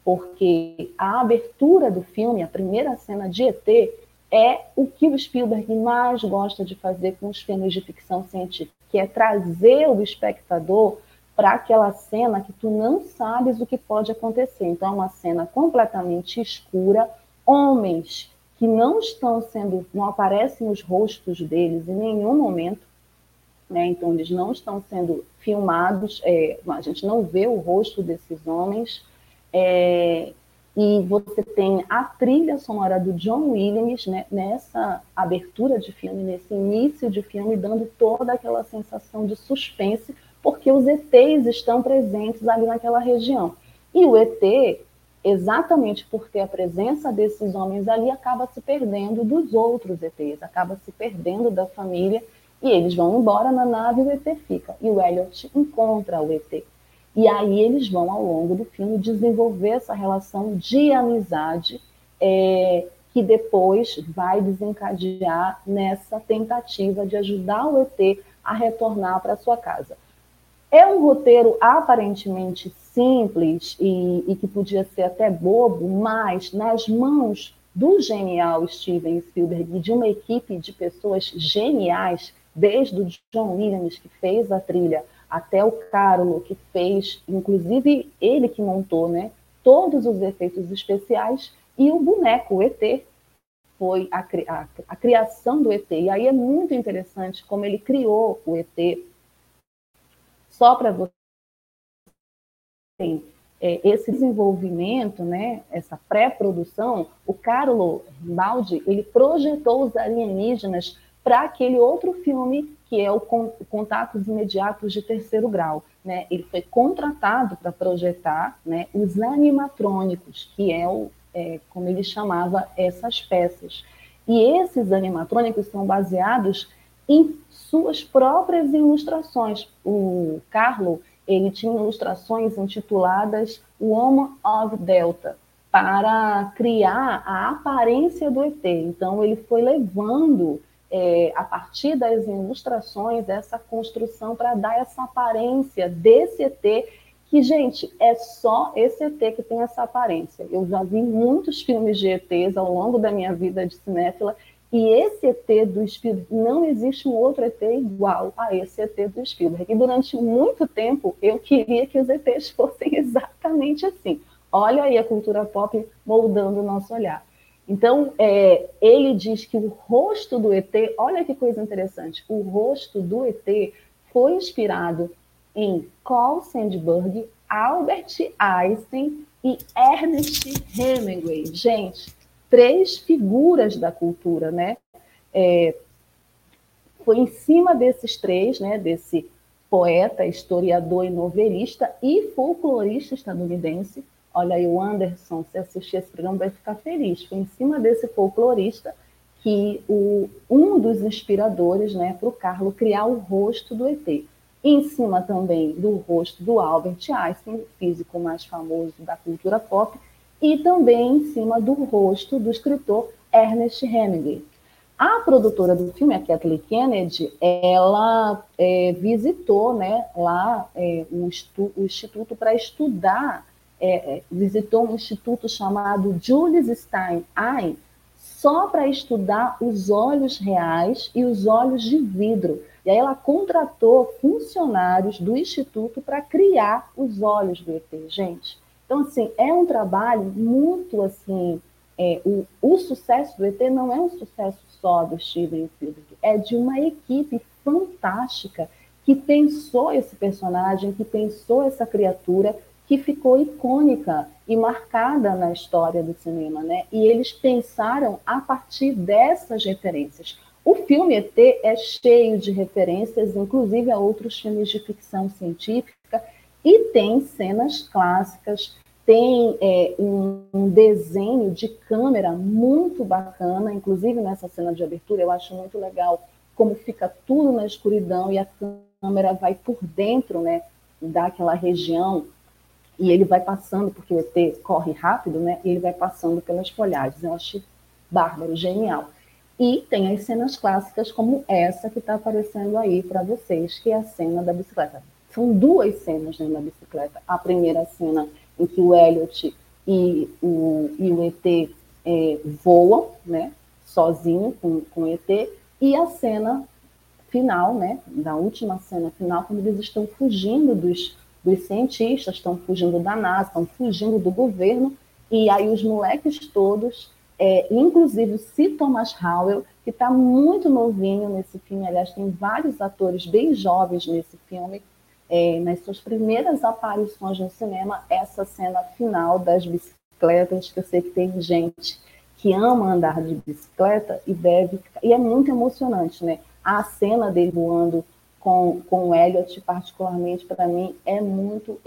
porque a abertura do filme, a primeira cena de ET, é o que o Spielberg mais gosta de fazer com os filmes de ficção científica, que é trazer o espectador para aquela cena que tu não sabes o que pode acontecer. Então, é uma cena completamente escura, homens que não aparecem os rostos deles em nenhum momento, né? Então, eles não estão sendo filmados, a gente não vê o rosto desses homens, e você tem a trilha sonora do John Williams, né, nessa abertura de filme, nesse início de filme, dando toda aquela sensação de suspense, porque os ETs estão presentes ali naquela região. E o ET, exatamente por ter a presença desses homens ali, acaba se perdendo dos outros ETs, acaba se perdendo da família, e eles vão embora na nave e o ET fica. E o Elliot encontra o ET. E aí eles vão, ao longo do filme, desenvolver essa relação de amizade que depois vai desencadear nessa tentativa de ajudar o ET a retornar para sua casa. É um roteiro aparentemente simples e que podia ser até bobo, mas nas mãos do genial Steven Spielberg e de uma equipe de pessoas geniais, desde o John Williams, que fez a trilha, até o Carlo, que fez, inclusive ele que montou, né, todos os efeitos especiais, e o boneco, o ET, foi a criação do ET. E aí é muito interessante como ele criou o ET. Só para você ter esse desenvolvimento, né, essa pré-produção, o Carlo Baldi, ele projetou os alienígenas para aquele outro filme que é o Contatos Imediatos de Terceiro Grau. Né? Ele foi contratado para projetar, né, os animatrônicos, que como ele chamava essas peças. E esses animatrônicos são baseados em suas próprias ilustrações. O Carlo, ele tinha ilustrações intituladas Woman of Delta, para criar a aparência do ET. Então, ele foi levando, a partir das ilustrações, essa construção para dar essa aparência desse ET, que, gente, é só esse ET que tem essa aparência. Eu já vi muitos filmes de ETs ao longo da minha vida de cinéfila, e esse ET do Spielberg, não existe um outro ET igual a esse ET do Spielberg. E durante muito tempo eu queria que os ETs fossem exatamente assim. Olha aí a cultura pop moldando o nosso olhar. Então, ele diz que o rosto do ET, olha que coisa interessante, o rosto do ET foi inspirado em Carl Sandburg, Albert Einstein e Ernest Hemingway. Gente, 3 figuras da cultura, né? Foi em cima desses 3, né, desse poeta, historiador e novelista e folclorista estadunidense. Olha aí o Anderson, se assistir esse programa vai ficar feliz. Foi em cima desse folclorista que um dos inspiradores, né, para o Carlo criar o rosto do ET. Em cima também do rosto do Albert Einstein, o físico mais famoso da cultura pop, e também em cima do rosto do escritor Ernest Hemingway. A produtora do filme, a Kathleen Kennedy, ela visitou, né, lá o instituto para estudar, visitou um instituto chamado Julius Stein Eye, só para estudar os olhos reais e os olhos de vidro. E aí ela contratou funcionários do instituto para criar os olhos do ET, gente. Então, assim, é um trabalho muito, assim, o sucesso do ET não é um sucesso só do Steven Spielberg, é de uma equipe fantástica que pensou esse personagem, que pensou essa criatura, que ficou icônica e marcada na história do cinema, né? E eles pensaram a partir dessas referências. O filme ET é cheio de referências, inclusive a outros filmes de ficção científica, e tem cenas clássicas, tem um desenho de câmera muito bacana, inclusive nessa cena de abertura eu acho muito legal como fica tudo na escuridão e a câmera vai por dentro, né, daquela região, e ele vai passando, porque o ET corre rápido, né, e ele vai passando pelas folhagens. Eu achei bárbaro, genial. E tem as cenas clássicas como essa que está aparecendo aí para vocês, que é a cena da bicicleta. São 2 cenas, né, na bicicleta. A primeira cena em que o Elliot e o ET voam, né, sozinho com o ET, e a cena final, né, da última cena final, quando eles estão fugindo dos cientistas, estão fugindo da NASA, estão fugindo do governo, e aí os moleques todos, inclusive o C. Thomas Howell, que está muito novinho nesse filme, aliás, tem vários atores bem jovens nesse filme, nas suas primeiras aparições no cinema, essa cena final das bicicletas, que eu sei que tem gente que ama andar de bicicleta e é muito emocionante, né? A cena dele voando com o Elliot, particularmente para mim, é muito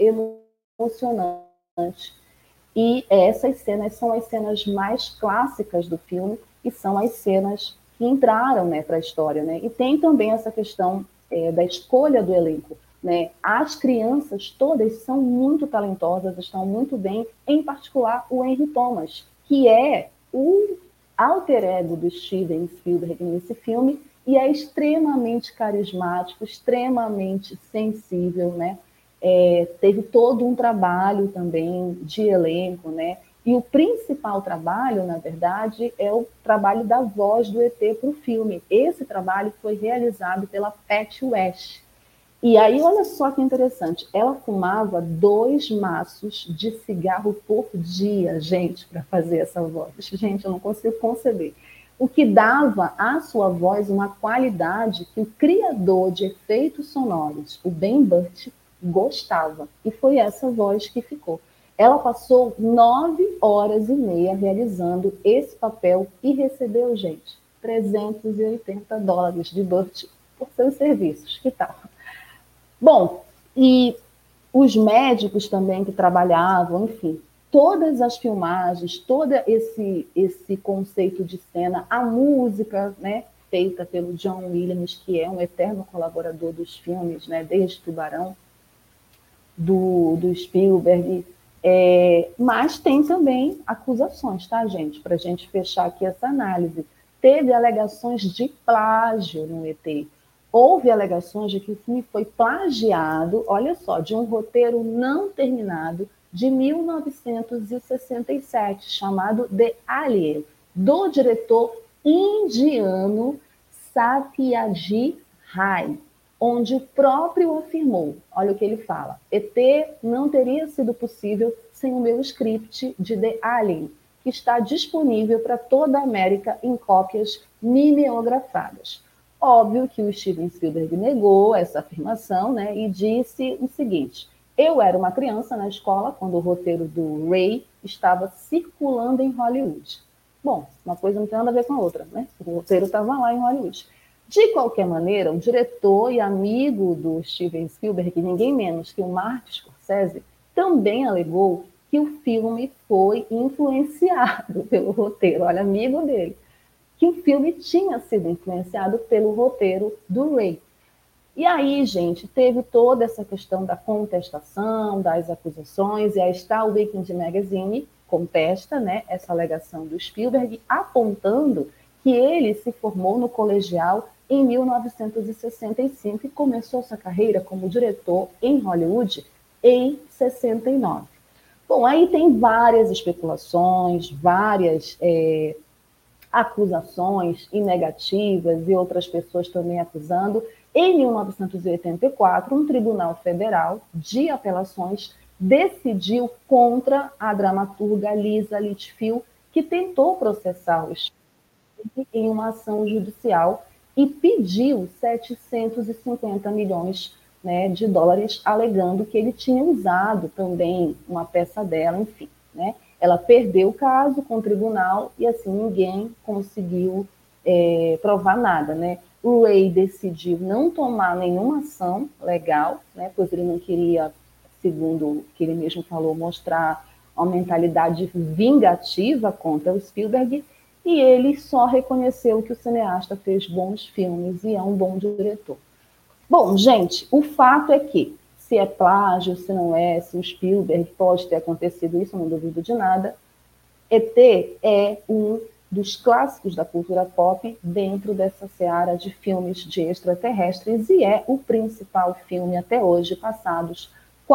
emocionante. E essas cenas são as cenas mais clássicas do filme e são as cenas que entraram, né, para a história, né? E tem também essa questão da escolha do elenco. Né? As crianças todas são muito talentosas, estão muito bem, em particular o Henry Thomas, que é o alter ego do Steven Spielberg nesse filme, e é extremamente carismático, extremamente sensível, né? Teve todo um trabalho também de elenco, né? E o principal trabalho, na verdade, é o trabalho da voz do ET para o filme. Esse trabalho foi realizado pela Pat West. E aí, olha só que interessante, ela fumava 2 maços de cigarro por dia, gente, para fazer essa voz. Gente, eu não consigo conceber. o que dava à sua voz uma qualidade que o criador de efeitos sonoros, o Ben Burtt, gostava. E foi essa voz que ficou. Ela passou 9 horas e meia realizando esse papel e recebeu, gente, $380 de Burtt por seus serviços. Que tal? Bom, e os médicos também que trabalhavam, enfim, todas as filmagens, todo esse conceito de cena, a música, né, feita pelo John Williams, que é um eterno colaborador dos filmes, né, desde Tubarão, do Spielberg, mas tem também acusações, tá, gente? Para a gente fechar aqui essa análise. Teve alegações de plágio no ET. Houve alegações de que o filme foi plagiado, olha só, de um roteiro não terminado de 1967, chamado The Alien, do diretor indiano Satyajit Ray, onde o próprio afirmou, olha o que ele fala, ET não teria sido possível sem o meu script de The Alien, que está disponível para toda a América em cópias mimeografadas. Óbvio que o Steven Spielberg negou essa afirmação, né, e disse o seguinte: eu era uma criança na escola quando o roteiro do Ray estava circulando em Hollywood. Bom, uma coisa não tem nada a ver com a outra, né? O roteiro estava lá em Hollywood. De qualquer maneira, o diretor e amigo do Steven Spielberg, ninguém menos que o Martin Scorsese, também alegou que o filme foi influenciado pelo roteiro. Olha, amigo dele. Que o filme tinha sido influenciado pelo roteiro do Ray. E aí, gente, teve toda essa questão da contestação, das acusações, e a Star Weekend Magazine contesta, né, essa alegação do Spielberg, apontando que ele se formou no colegial em 1965 e começou sua carreira como diretor em Hollywood em 69. Bom, aí tem várias especulações, várias acusações negativas e outras pessoas também acusando. Em 1984, um tribunal federal de apelações decidiu contra a dramaturga Lisa Litchfield, que tentou processar o Spielberg em uma ação judicial e pediu 750 milhões, né, de dólares, alegando que ele tinha usado também uma peça dela, enfim, né? Ela perdeu o caso com o tribunal e assim ninguém conseguiu provar nada, né? O Ray decidiu não tomar nenhuma ação legal, né, pois ele não queria, segundo o que ele mesmo falou, mostrar uma mentalidade vingativa contra o Spielberg, e ele só reconheceu que o cineasta fez bons filmes e é um bom diretor. Bom, gente, o fato é que, se é plágio, se não é, se o Spielberg pode ter acontecido isso, não duvido de nada, ET é um dos clássicos da cultura pop dentro dessa seara de filmes de extraterrestres e é o principal filme até hoje, passados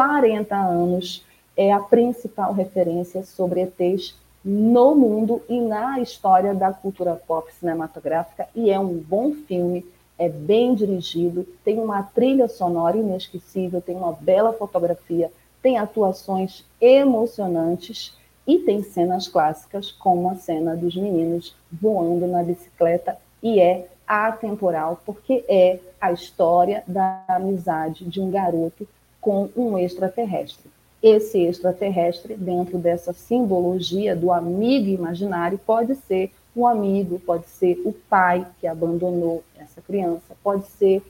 40 anos, é a principal referência sobre ETs no mundo e na história da cultura pop cinematográfica, e é um bom filme, é bem dirigido, tem uma trilha sonora inesquecível, tem uma bela fotografia, tem atuações emocionantes e tem cenas clássicas, como a cena dos meninos voando na bicicleta, e é atemporal, porque é a história da amizade de um garoto com um extraterrestre. Esse extraterrestre, dentro dessa simbologia do amigo imaginário, pode ser um amigo, pode ser o pai que abandonou essa criança, pode ser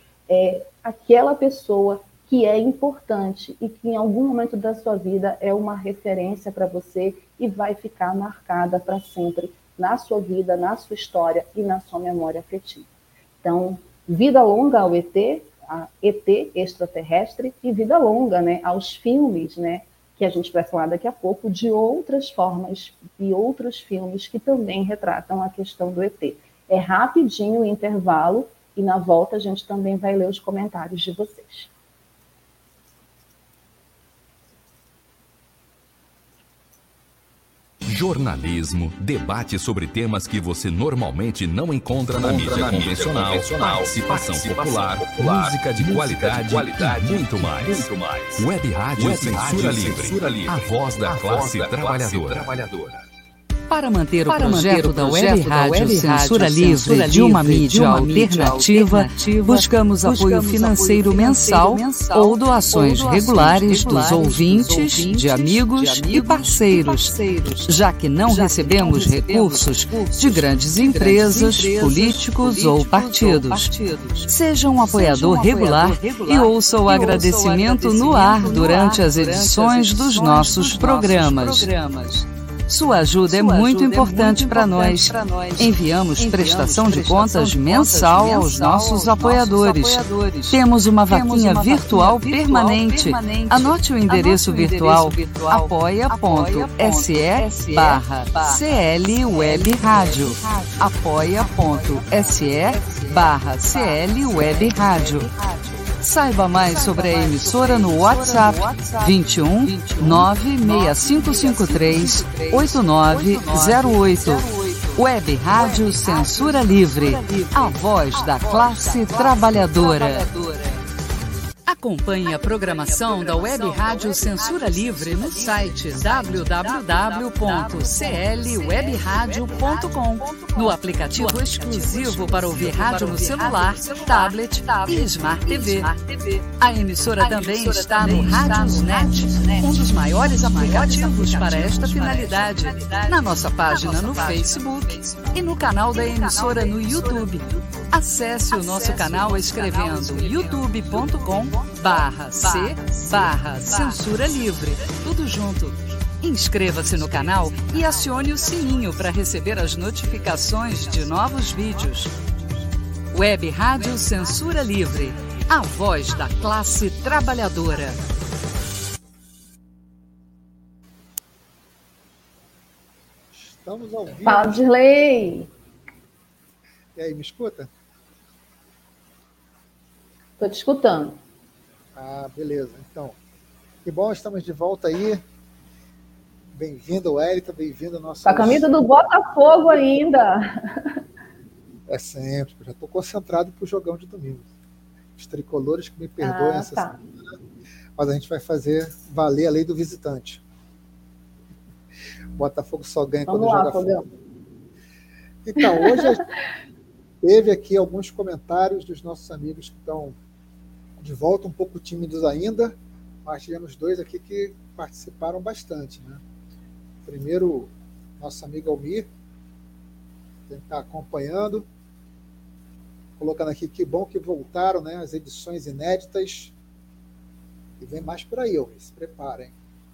aquela pessoa que é importante e que em algum momento da sua vida é uma referência para você e vai ficar marcada para sempre na sua vida, na sua história e na sua memória afetiva. Então, vida longa ao ET, a ET extraterrestre, e vida longa, né, aos filmes, né, que a gente vai falar daqui a pouco, de outras formas e outros filmes que também retratam a questão do ET. É rapidinho o intervalo e na volta a gente também vai ler os comentários de vocês. Jornalismo, debate sobre temas que você normalmente não encontra na mídia convencional, participação popular, música de qualidade e muito mais. Web Rádio Censura Livre, a voz da classe trabalhadora. Para manter o projeto da Web Rádio Censura Livre de uma mídia alternativa, buscamos apoio financeiro mensal ou doações regulares dos ouvintes, de amigos e parceiros, já que não recebemos recursos de grandes empresas, políticos ou partidos. Seja um apoiador regular e ouça o agradecimento no ar durante as edições dos nossos programas. Sua ajuda é muito importante para nós. Enviamos prestação de contas mensal aos nossos apoiadores. Temos uma vaquinha virtual permanente. Anote o endereço virtual apoia.se/CL Web Rádio. apoia.se/CL Web Rádio. Saiba mais sobre a emissora no WhatsApp 21 96553 8908. Web Rádio Censura Livre, a voz da classe trabalhadora. Acompanhe a programação da Web Rádio Censura Livre no site www.clwebradio.com, no aplicativo exclusivo para ouvir rádio no celular, tablet e Smart TV. A emissora também está no Rádiosnet, um dos maiores aplicativos para esta finalidade, na nossa página no Facebook e no canal da emissora no YouTube. Acesse o nosso canal escrevendo youtube.com/c/Censura Livre. Tudo junto. Inscreva-se no canal e acione o sininho para receber as notificações de novos vídeos. Web Rádio Censura Livre, a voz da classe trabalhadora. Estamos ao vivo. Fala, Dirley. E aí, me escuta? Estou te escutando. Ah, beleza. Então, que bom, estamos de volta aí. Bem-vindo, Wellington, bem-vindo ao nosso... Com a camisa do Botafogo ainda. É sempre, já estou concentrado para o jogão de domingo. Os tricolores que me perdoem essa semana, mas a gente vai fazer valer a lei do visitante. O Botafogo só ganha quando joga fora. Então, hoje teve aqui alguns comentários dos nossos amigos que estão de volta, um pouco tímidos ainda, mas tivemos dois aqui que participaram bastante, né? Primeiro, nosso amigo Almir, que está acompanhando, colocando aqui que bom que voltaram, né, as edições inéditas, e vem mais por aí, Almir, se preparem.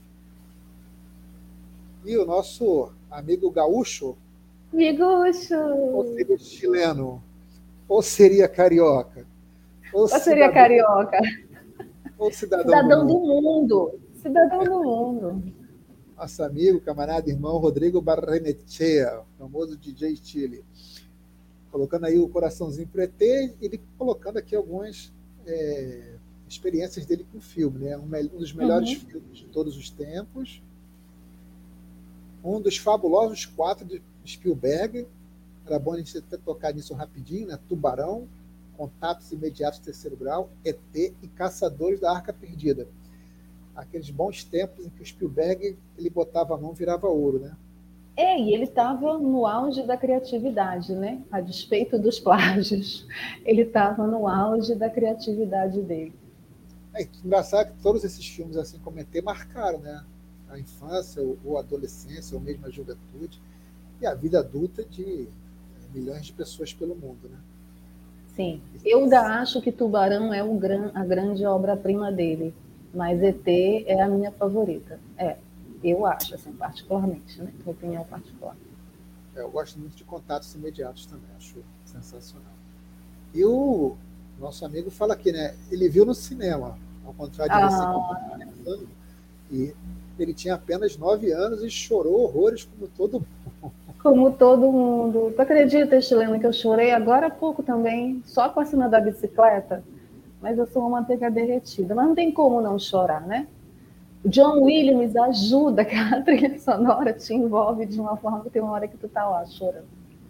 E o nosso amigo gaúcho, ou seria chileno, ou seria carioca, ou seria carioca, ou cidadão do mundo. Cidadão do mundo. Nosso amigo, camarada, irmão Rodrigo Barrenechea, famoso DJ Chile, colocando aí o coraçãozinho pro ET, ele colocando aqui algumas experiências dele com o filme, né? Um dos melhores filmes de todos os tempos, um dos fabulosos 4 de Spielberg. Era bom a gente ter tocado nisso rapidinho, né? Tubarão, Contatos Imediatos de Terceiro Grau, ET e Caçadores da Arca Perdida. Aqueles bons tempos em que o Spielberg ele botava a mão, virava ouro, né? E ele estava no auge da criatividade, né? A despeito dos plágios. Ele estava no auge da criatividade dele. Engraçado que todos esses filmes, assim como ET, marcaram, né? A infância, ou a adolescência, ou mesmo a juventude, e a vida adulta de milhões de pessoas pelo mundo, né? Sim. Eu ainda acho que Tubarão é a grande obra-prima dele, mas ET é a minha favorita. Eu acho, assim, particularmente, né? Minha opinião particular. Eu gosto muito de Contatos Imediatos também, acho sensacional. E o nosso amigo fala aqui, né? Ele viu no cinema, ao contrário de você, e ele tinha apenas 9 anos e chorou horrores como todo mundo. Como todo mundo. Tu acredita, Chilena, que eu chorei agora há pouco também, só com a cena da bicicleta? Mas eu sou uma manteiga derretida. Mas não tem como não chorar, né? O John Williams ajuda, que a trilha sonora te envolve de uma forma que tem uma hora que tu tá lá chorando.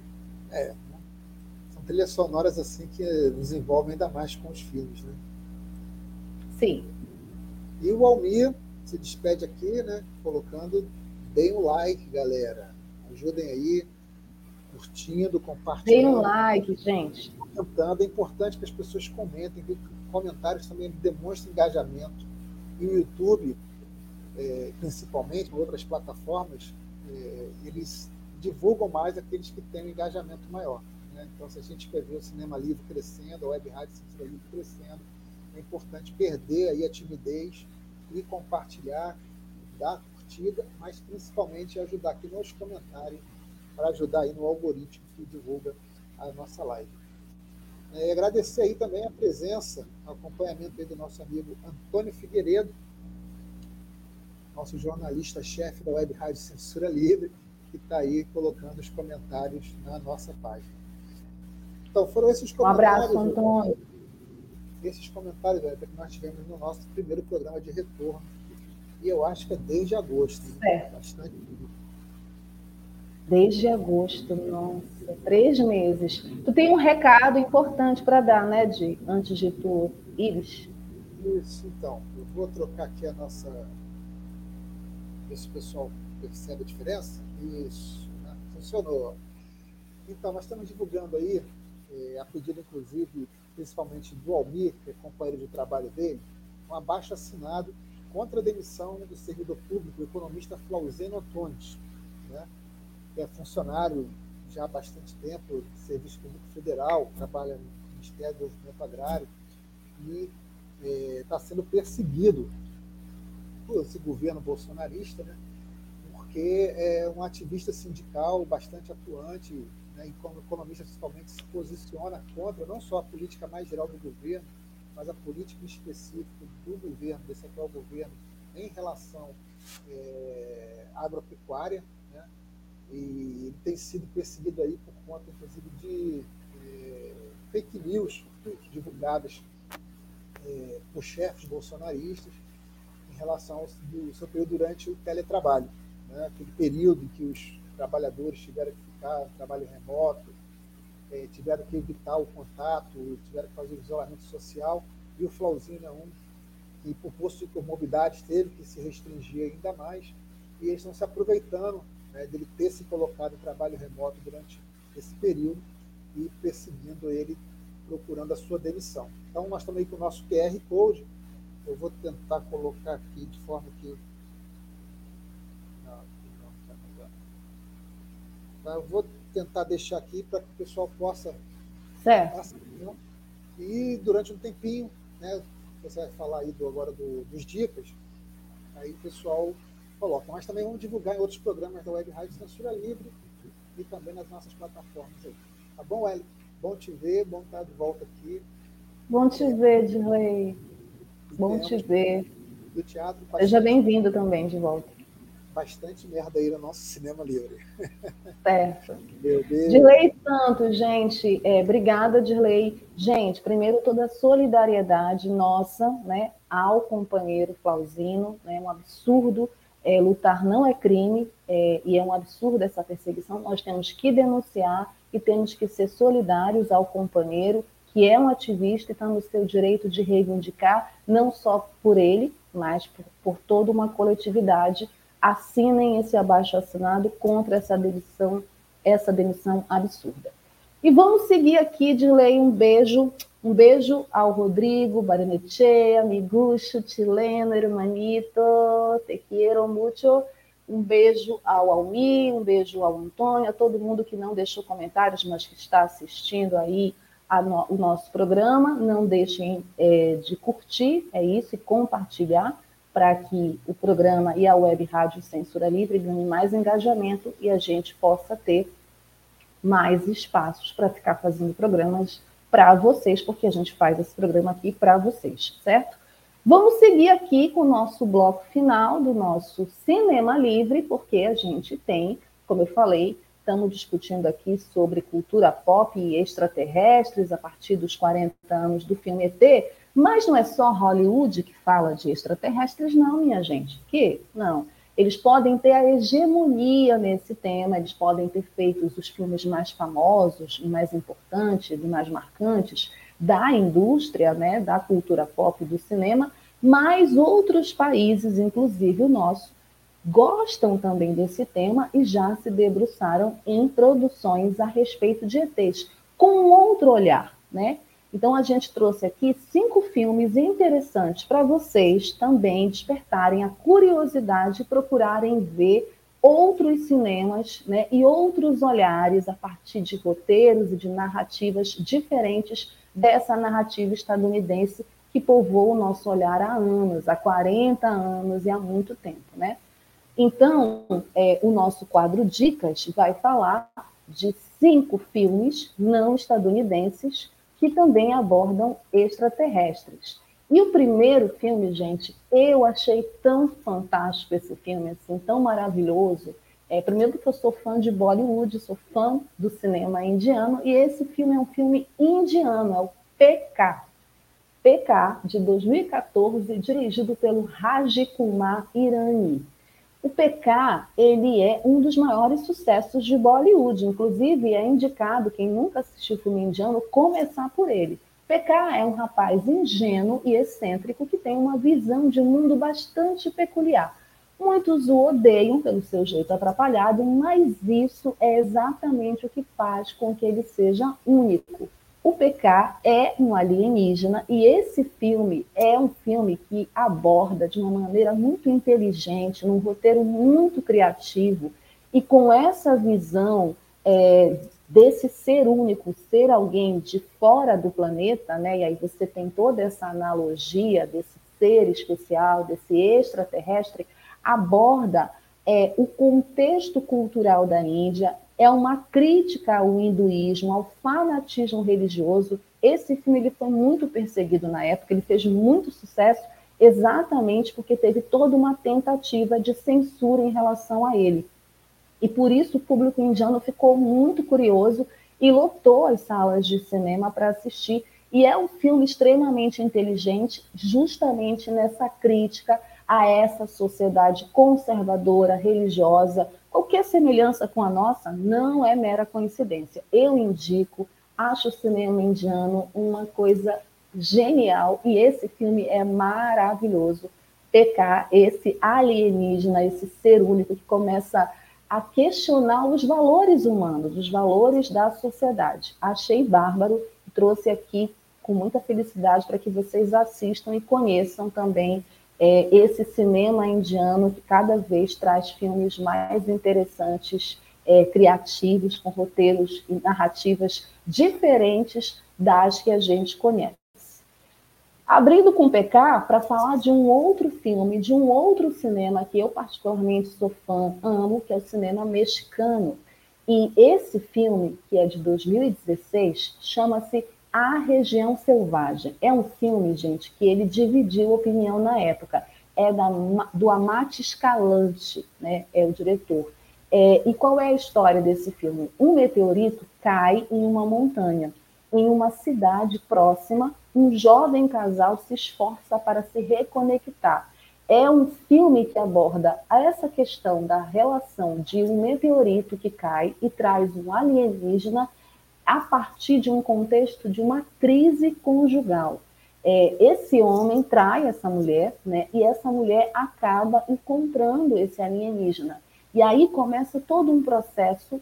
São trilhas sonoras assim que nos envolvem ainda mais com os filmes, né? Sim. E o Almir se despede aqui, né? Colocando bem o like, galera. Ajudem aí, curtindo, compartilhando. Deem um like, gente. Comentando. É importante que as pessoas comentem, que comentários também demonstram engajamento. E o YouTube, principalmente, outras plataformas, eles divulgam mais aqueles que têm um engajamento maior. Né? Então, se a gente quer ver o Cinema Livre crescendo, a Web Rádio Censura Livre crescendo, é importante perder aí a timidez e compartilhar, dar curtida, mas principalmente ajudar aqui nos comentários, para ajudar aí no algoritmo que divulga a nossa live. Agradecer aí também a presença, o acompanhamento aí do nosso amigo Antônio Figueiredo, nosso jornalista-chefe da Web Rádio Censura Livre, que está aí colocando os comentários na nossa página. Então, foram esses comentários. Um abraço, Antônio. Esses comentários que nós tivemos no nosso primeiro programa de retorno. E eu acho que é desde agosto. Bastante. Desde agosto, nossa, 3 meses. Tu tem um recado importante para dar, né, Di? Antes de tu ires? Isso, então. Eu vou trocar aqui a nossa... Ver se o pessoal percebe a diferença. Isso, né? Funcionou. Então, nós estamos divulgando aí, a pedido, inclusive, principalmente do Almir, que é companheiro de trabalho dele, um abaixo-assinado contra a demissão do servidor público, o economista Flauzênio Antunes, né? Que é funcionário já há bastante tempo, Serviço Público Federal, trabalha no Ministério do Desenvolvimento Agrário e está sendo perseguido por esse governo bolsonarista, né? Porque é um ativista sindical bastante atuante, né? E como economista, principalmente, se posiciona contra não só a política mais geral do governo, mas a política específica do governo, desse atual governo, em relação à agropecuária, né? E ele tem sido perseguido aí por conta, inclusive, de fake news divulgadas por chefes bolsonaristas em relação ao seu período durante o teletrabalho, né? Aquele período em que os trabalhadores tiveram que ficar no trabalho remoto, tiveram que evitar o contato, tiveram que fazer o isolamento social, e o Flauzino é um que, por posto de comorbidades, teve que se restringir ainda mais, e eles estão se aproveitando, né, dele ter se colocado em trabalho remoto durante esse período e perseguindo ele, procurando a sua demissão. Então, nós estamos aí com o nosso QR Code. Eu vou tentar colocar aqui de forma que... Eu vou tentar deixar aqui para que o pessoal possa... Certo. E durante um tempinho, né, você vai falar aí agora dos dicas, aí o pessoal coloca. Mas também vamos divulgar em outros programas da Web Rádio Censura Livre e também nas nossas plataformas aí. Tá bom, Hélio? Bom te ver, bom estar de volta aqui. Bom te ver, Dirley. Bom te ver. Do teatro. Seja bem-vindo também de volta. Bastante merda aí no nosso Cinema Livre. Certo. Meu Deus. Dirley Santos, gente, obrigada, Dirley. Gente, primeiro toda a solidariedade nossa, né, ao companheiro Flauzino, né, um absurdo, lutar não é crime, e é um absurdo essa perseguição, nós temos que denunciar e temos que ser solidários ao companheiro, que é um ativista e está no seu direito de reivindicar, não só por ele, mas por toda uma coletividade. Assinem esse abaixo-assinado contra essa demissão absurda. E vamos seguir aqui, Dirley, um beijo ao Rodrigo Baranechea, Miguxo, chileno, hermanito, te quiero mucho. Um beijo ao Almir, um beijo ao Antônio, a todo mundo que não deixou comentários, mas que está assistindo aí o nosso programa. Não deixem de curtir, isso, e compartilhar, para que o programa e a Web Rádio Censura Livre ganhem mais engajamento e a gente possa ter mais espaços para ficar fazendo programas para vocês, porque a gente faz esse programa aqui para vocês, certo? Vamos seguir aqui com o nosso bloco final do nosso Cinema Livre, porque a gente tem, como eu falei, estamos discutindo aqui sobre cultura pop e extraterrestres a partir dos 40 anos do filme ET, mas não é só Hollywood que fala de extraterrestres, não, minha gente. Não. Eles podem ter a hegemonia nesse tema, eles podem ter feito os filmes mais famosos, mais importantes e mais marcantes da indústria, né, da cultura pop e do cinema, mas outros países, inclusive o nosso, gostam também desse tema e já se debruçaram em produções a respeito de ETs, com um outro olhar, né? Então, a gente trouxe aqui 5 filmes interessantes para vocês também despertarem a curiosidade e procurarem ver outros cinemas, né, e outros olhares a partir de roteiros e de narrativas diferentes dessa narrativa estadunidense que povoa o nosso olhar há anos, há 40 anos e há muito tempo, né? Então, o nosso quadro Dicas vai falar de 5 filmes não estadunidenses que também abordam extraterrestres. E o primeiro filme, gente, eu achei tão fantástico esse filme, assim, tão maravilhoso. Primeiro porque eu sou fã de Bollywood, sou fã do cinema indiano, e esse filme é um filme indiano, é o PK. PK, de 2014, dirigido pelo Raj Kumar Irani. O PK, ele é um dos maiores sucessos de Bollywood, inclusive é indicado, quem nunca assistiu filme indiano, começar por ele. PK é um rapaz ingênuo e excêntrico que tem uma visão de mundo bastante peculiar. Muitos o odeiam pelo seu jeito atrapalhado, mas isso é exatamente o que faz com que ele seja único. O PK é um alienígena e esse filme é um filme que aborda de uma maneira muito inteligente, num roteiro muito criativo e com essa visão desse ser único, ser alguém de fora do planeta, né? E aí você tem toda essa analogia desse ser especial, desse extraterrestre, aborda o contexto cultural da Índia, é uma crítica ao hinduísmo, ao fanatismo religioso. Esse filme ele foi muito perseguido na época, ele fez muito sucesso exatamente porque teve toda uma tentativa de censura em relação a ele. E por isso o público indiano ficou muito curioso e lotou as salas de cinema para assistir. E é um filme extremamente inteligente, justamente nessa crítica a essa sociedade conservadora, religiosa. Qualquer semelhança com a nossa não é mera coincidência. Eu indico, acho o cinema indiano uma coisa genial e esse filme é maravilhoso. PK, esse alienígena, esse ser único que começa a questionar os valores humanos, os valores da sociedade. Achei bárbaro e trouxe aqui com muita felicidade para que vocês assistam e conheçam também esse cinema indiano que cada vez traz filmes mais interessantes, criativos, com roteiros e narrativas diferentes das que a gente conhece. Abrindo com PK para falar de um outro filme, de um outro cinema que eu particularmente sou fã, amo, que é o cinema mexicano. E esse filme, que é de 2016, chama-se A Região Selvagem. É um filme, gente, que ele dividiu opinião na época. É do Amat Escalante, né? É o diretor. E qual é a história desse filme? Um meteorito cai em uma montanha. Em uma cidade próxima, um jovem casal se esforça para se reconectar. É um filme que aborda essa questão da relação de um meteorito que cai e traz um alienígena a partir de um contexto de uma crise conjugal. Esse homem trai essa mulher, né, e essa mulher acaba encontrando esse alienígena. E aí começa todo um processo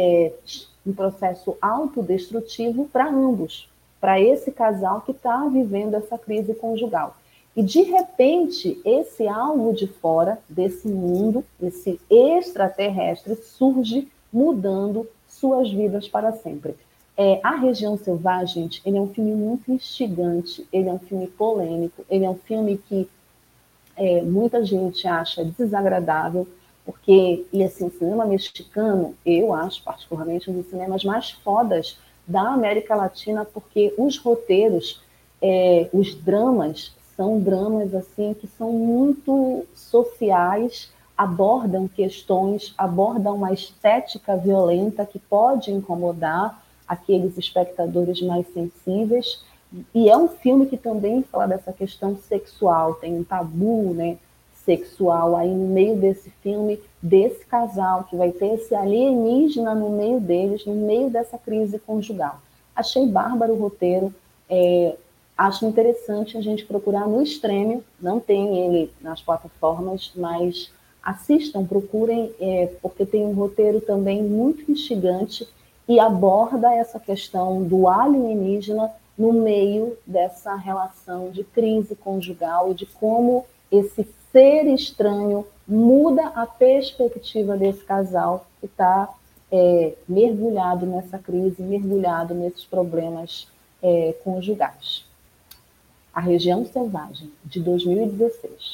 autodestrutivo para ambos, para esse casal que está vivendo essa crise conjugal. E, de repente, esse algo de fora desse mundo, esse extraterrestre, surge mudando suas vidas para sempre. A Região Selvagem, gente, ele é um filme muito instigante, ele é um filme polêmico, ele é um filme que muita gente acha desagradável, porque, e assim, o cinema mexicano, eu acho particularmente um dos cinemas mais fodas da América Latina, porque os roteiros, os dramas, são dramas assim, que são muito sociais, abordam questões, abordam uma estética violenta que pode incomodar aqueles espectadores mais sensíveis, e é um filme que também fala dessa questão sexual, tem um tabu, né, sexual aí no meio desse filme, desse casal, que vai ter esse alienígena no meio deles, no meio dessa crise conjugal. Achei bárbaro o roteiro, acho interessante a gente procurar no Stremio, não tem ele nas plataformas, mas Assistam, procurem, porque tem um roteiro também muito instigante e aborda essa questão do alienígena no meio dessa relação de crise conjugal e de como esse ser estranho muda a perspectiva desse casal que está mergulhado nessa crise, mergulhado nesses problemas conjugais. A Região Selvagem, de 2016.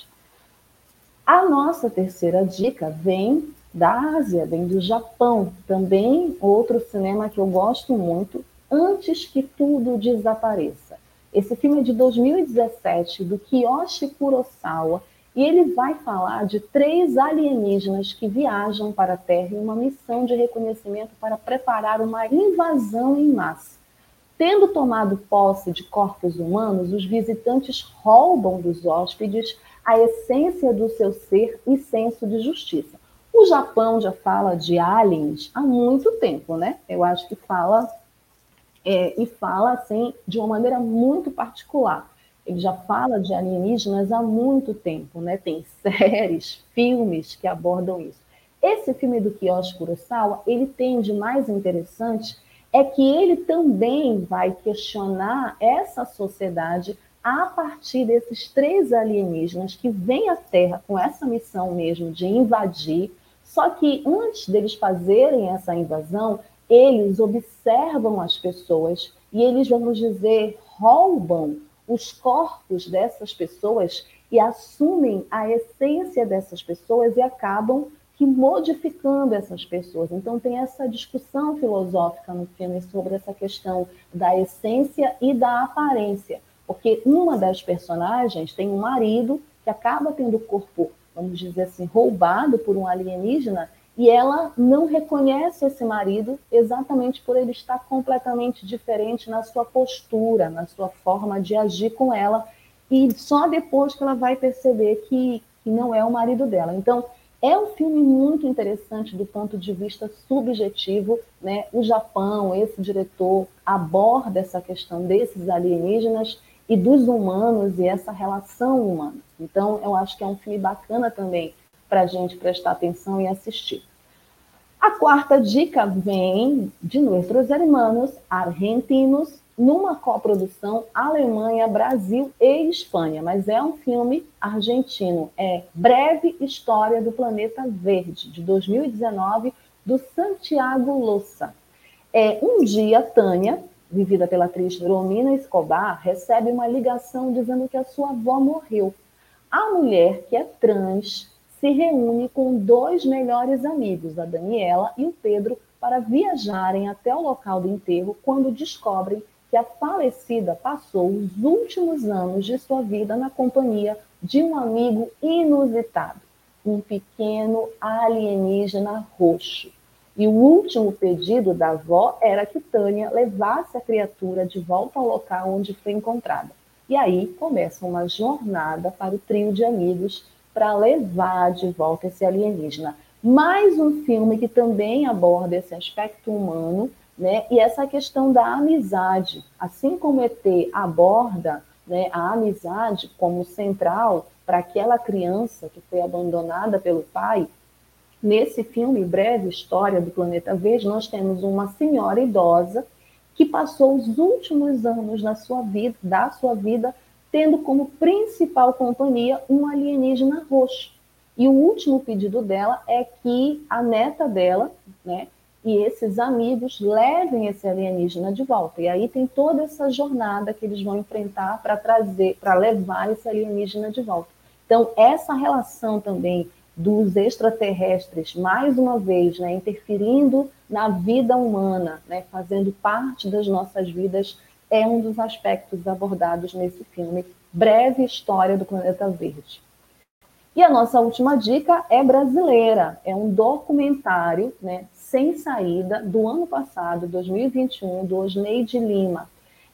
A nossa terceira dica vem da Ásia, vem do Japão. Também outro cinema que eu gosto muito, Antes que Tudo Desapareça. Esse filme é de 2017, do Kiyoshi Kurosawa, e ele vai falar de 3 alienígenas que viajam para a Terra em uma missão de reconhecimento para preparar uma invasão em massa. Tendo tomado posse de corpos humanos, os visitantes roubam dos hóspedes a essência do seu ser e senso de justiça. O Japão já fala de aliens há muito tempo, né? Eu acho que fala, e fala assim, de uma maneira muito particular. Ele já fala de alienígenas há muito tempo, né? Tem séries, filmes que abordam isso. Esse filme do Kiyoshi Kurosawa, ele tem de mais interessante é que ele também vai questionar essa sociedade a partir desses 3 alienígenas que vêm à Terra com essa missão mesmo de invadir, só que antes deles fazerem essa invasão, eles observam as pessoas e eles, vamos dizer, roubam os corpos dessas pessoas e assumem a essência dessas pessoas e acabam modificando essas pessoas. Então tem essa discussão filosófica no filme sobre essa questão da essência e da aparência, porque uma das personagens tem um marido que acaba tendo o corpo, vamos dizer assim, roubado por um alienígena, e ela não reconhece esse marido exatamente por ele estar completamente diferente na sua postura, na sua forma de agir com ela, e só depois que ela vai perceber que não é o marido dela. Então, é um filme muito interessante do ponto de vista subjetivo, né? O Japão, esse diretor, aborda essa questão desses alienígenas e dos humanos e essa relação humana. Então, eu acho que é um filme bacana também para a gente prestar atenção e assistir. A quarta dica vem de nossos irmãos argentinos, numa coprodução Alemanha, Brasil e Espanha, mas é um filme argentino, é Breve História do Planeta Verde, de 2019, do Santiago Loza. Um dia, Tânia, vivida pela atriz Romina Escobar, recebe uma ligação dizendo que a sua avó morreu. A mulher, que é trans, se reúne com 2 melhores amigos, a Daniela e o Pedro, para viajarem até o local do enterro, quando descobrem que a falecida passou os últimos anos de sua vida na companhia de um amigo inusitado, um pequeno alienígena roxo. E o último pedido da avó era que Tânia levasse a criatura de volta ao local onde foi encontrada. E aí começa uma jornada para o trio de amigos para levar de volta esse alienígena. Mais um filme que também aborda esse aspecto humano, né? E essa questão da amizade, assim como ET aborda, né, a amizade como central para aquela criança que foi abandonada pelo pai, nesse filme, Breve História do Planeta Verde, nós temos uma senhora idosa que passou os últimos anos da sua vida, tendo como principal companhia um alienígena roxo. E o último pedido dela é que a neta dela, né, e esses amigos levem esse alienígena de volta. E aí tem toda essa jornada que eles vão enfrentar para levar esse alienígena de volta. Então, essa relação também dos extraterrestres, mais uma vez, né, interferindo na vida humana, né, fazendo parte das nossas vidas, é um dos aspectos abordados nesse filme, Breve História do Planeta Verde. E a nossa última dica é brasileira, é um documentário, né, Sem Saída, do ano passado, 2021, do Osney de Lima.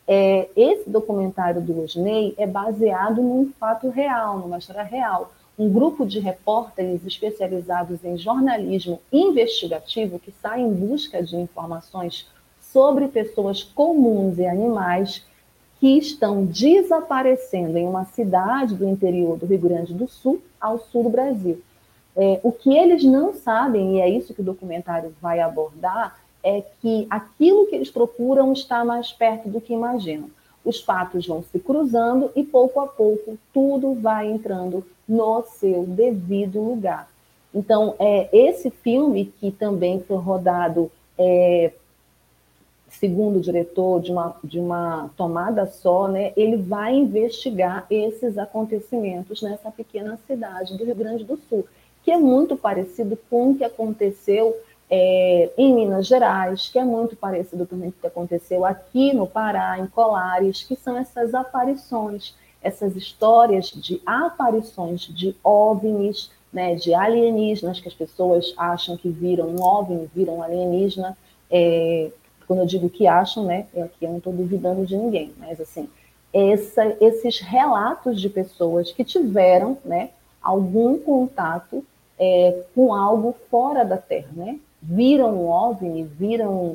Esse documentário do Osney é baseado num fato real, numa história real. Um grupo de repórteres especializados em jornalismo investigativo que saem em busca de informações sobre pessoas comuns e animais que estão desaparecendo em uma cidade do interior do Rio Grande do Sul, ao sul do Brasil. O que eles não sabem, e é isso que o documentário vai abordar, é que aquilo que eles procuram está mais perto do que imaginam. Os fatos vão se cruzando e, pouco a pouco, tudo vai entrando no seu devido lugar. Então, esse filme, que também foi rodado, segundo o diretor, de uma tomada só, né, ele vai investigar esses acontecimentos nessa pequena cidade do Rio Grande do Sul, que é muito parecido com o que aconteceu em Minas Gerais, que é muito parecido também com o que aconteceu aqui no Pará, em Colares, que são essas aparições, essas histórias de aparições de OVNIs, né, de alienígenas, que as pessoas acham que viram um OVNI, viram um alienígena. Quando eu digo que acham, né, aqui eu não estou duvidando de ninguém, mas assim, esses relatos de pessoas que tiveram, né, algum contato com algo fora da Terra, né? Viram um OVNI, viram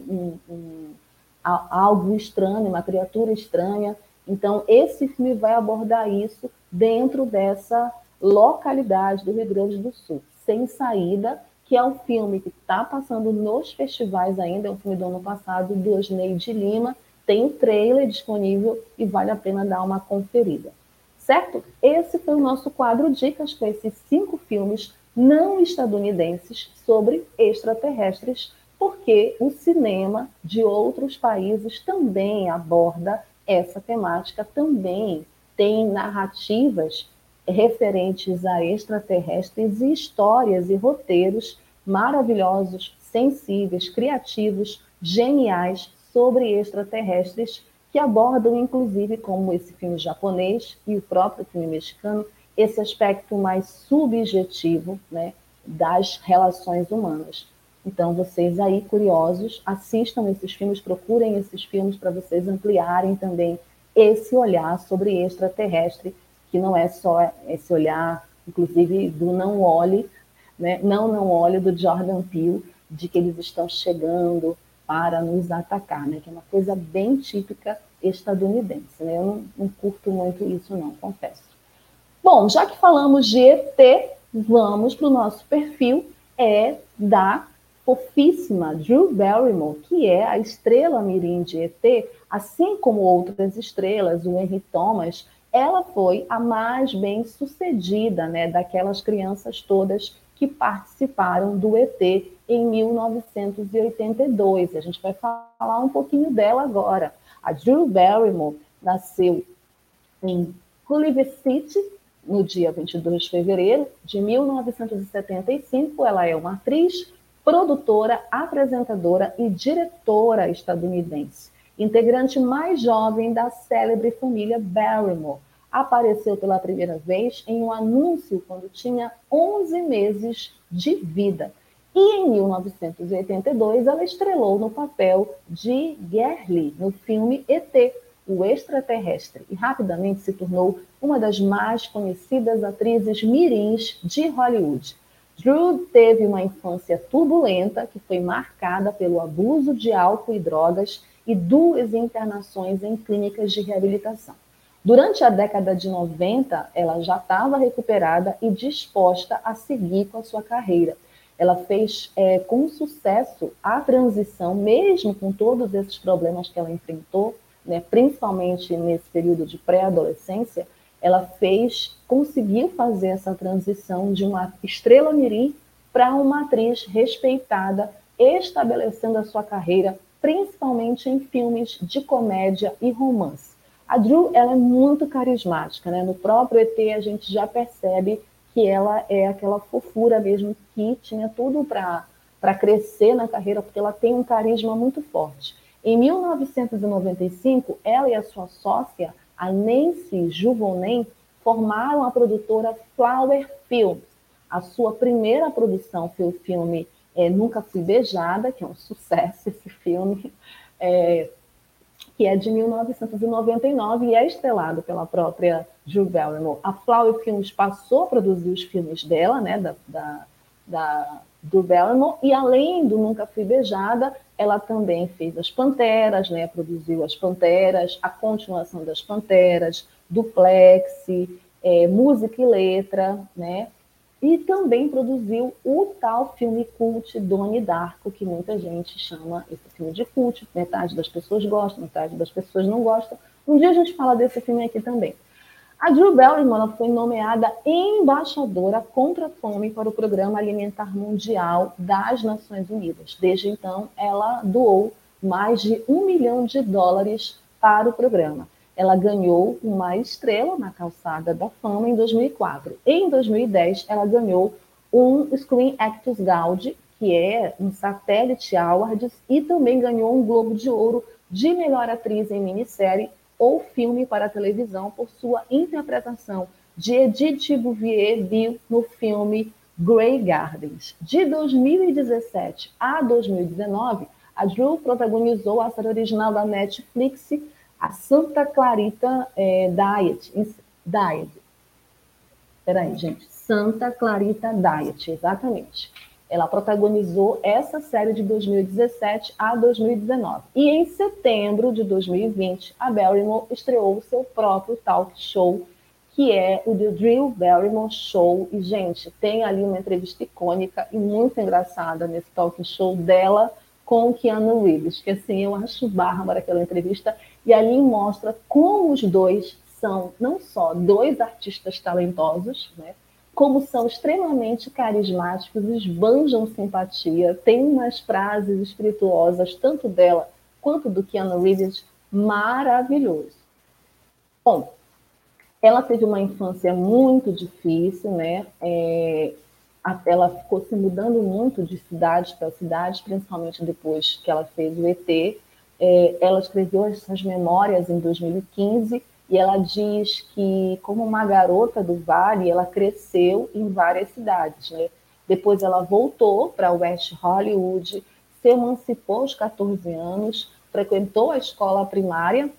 algo estranho, uma criatura estranha. Então, esse filme vai abordar isso dentro dessa localidade do Rio Grande do Sul, Sem Saída, que é um filme que está passando nos festivais ainda, é um filme do ano passado, do Osneide Lima, tem um trailer disponível e vale a pena dar uma conferida. Certo? Esse foi o nosso quadro Dicas com esses 5 filmes não estadunidenses sobre extraterrestres, porque o cinema de outros países também aborda essa temática, também tem narrativas referentes a extraterrestres e histórias e roteiros maravilhosos, sensíveis, criativos, geniais sobre extraterrestres, que abordam, inclusive, como esse filme japonês e o próprio filme mexicano, esse aspecto mais subjetivo, né, das relações humanas. Então, vocês aí, curiosos, assistam esses filmes, procurem esses filmes para vocês ampliarem também esse olhar sobre extraterrestre, que não é só esse olhar, inclusive, do Não Olhe, né? Não Olhe, do Jordan Peele, de que eles estão chegando para nos atacar, né? Que é uma coisa bem típica estadunidense. Né? Eu não curto muito isso, não, confesso. Bom, já que falamos de ET, vamos para o nosso perfil da fofíssima Drew Barrymore, que é a estrela mirim de ET, assim como outras estrelas, o Henry Thomas. Ela foi a mais bem sucedida, né, daquelas crianças todas que participaram do ET em 1982. A gente vai falar um pouquinho dela agora. A Drew Barrymore nasceu em Culver City, no dia 22 de fevereiro de 1975. Ela é uma atriz, produtora, apresentadora e diretora estadunidense. Integrante mais jovem da célebre família Barrymore. Apareceu pela primeira vez em um anúncio quando tinha 11 meses de vida. E em 1982 ela estrelou no papel de Gerlie no filme ET, o extraterrestre, e rapidamente se tornou uma das mais conhecidas atrizes mirins de Hollywood. Drew teve uma infância turbulenta que foi marcada pelo abuso de álcool e drogas e 2 internações em clínicas de reabilitação. Durante a década de 90, ela já estava recuperada e disposta a seguir com a sua carreira. Ela fez com sucesso a transição, mesmo com todos esses problemas que ela enfrentou, né, principalmente nesse período de pré-adolescência. Ela conseguiu fazer essa transição de uma estrela mirim para uma atriz respeitada, estabelecendo a sua carreira principalmente em filmes de comédia e romance. A Drew, ela é muito carismática, né? No próprio ET a gente já percebe que ela é aquela fofura mesmo, que tinha tudo para crescer na carreira, porque ela tem um carisma muito forte. Em 1995, ela e a sua sócia, a Nancy Juvonen, formaram a produtora Flower Films. A sua primeira produção foi o filme Nunca Fui Beijada, que é um sucesso esse filme, que é de 1999 e é estrelado pela própria Drew Barrymore. A Flower Films passou a produzir os filmes dela, né, da Drew Barrymore, e além do Nunca Fui Beijada, ela também fez As Panteras, né, produziu As Panteras, a continuação das Panteras, Duplex, Música e Letra, né, E também produziu o tal filme cult Donnie Darko, que muita gente chama esse filme de cult. Metade das pessoas gostam, metade das pessoas não gostam. Um dia a gente fala desse filme aqui também. A Drew Barrymore foi nomeada embaixadora contra a fome para o Programa Alimentar Mundial das Nações Unidas. Desde então, ela doou mais de $1 milhão para o programa. Ela ganhou uma estrela na Calçada da Fama em 2004. Em 2010, ela ganhou um Screen Actors Guild, que é um Satellite Awards, e também ganhou um Globo de Ouro de melhor atriz em minissérie ou filme para televisão por sua interpretação de Edith Bouvier no filme Grey Gardens. De 2017 a 2019, a Drew protagonizou a série original da Netflix, a Santa Clarita Diet. Peraí, gente. Santa Clarita Diet, exatamente. Ela protagonizou essa série de 2017 a 2019. E em setembro de 2020, a Barrymore estreou o seu próprio talk show, que é o The Drew Barrymore Show. E, gente, tem ali uma entrevista icônica e muito engraçada nesse talk show dela com o Keanu Reeves, que, assim, eu acho bárbara aquela entrevista. E ali mostra como os dois são não só dois artistas talentosos, né, como são extremamente carismáticos, esbanjam simpatia, tem umas frases espirituosas, tanto dela quanto do Keanu Reeves, maravilhoso. Bom, ela teve uma infância muito difícil, né? Ela ficou se mudando muito de cidade para cidade, principalmente depois que ela fez o ET. Ela escreveu essas memórias em 2015, e ela diz que, como uma garota do Vale, ela cresceu em várias cidades, né? Depois ela voltou para West Hollywood, se emancipou aos 14 anos, frequentou a escola primária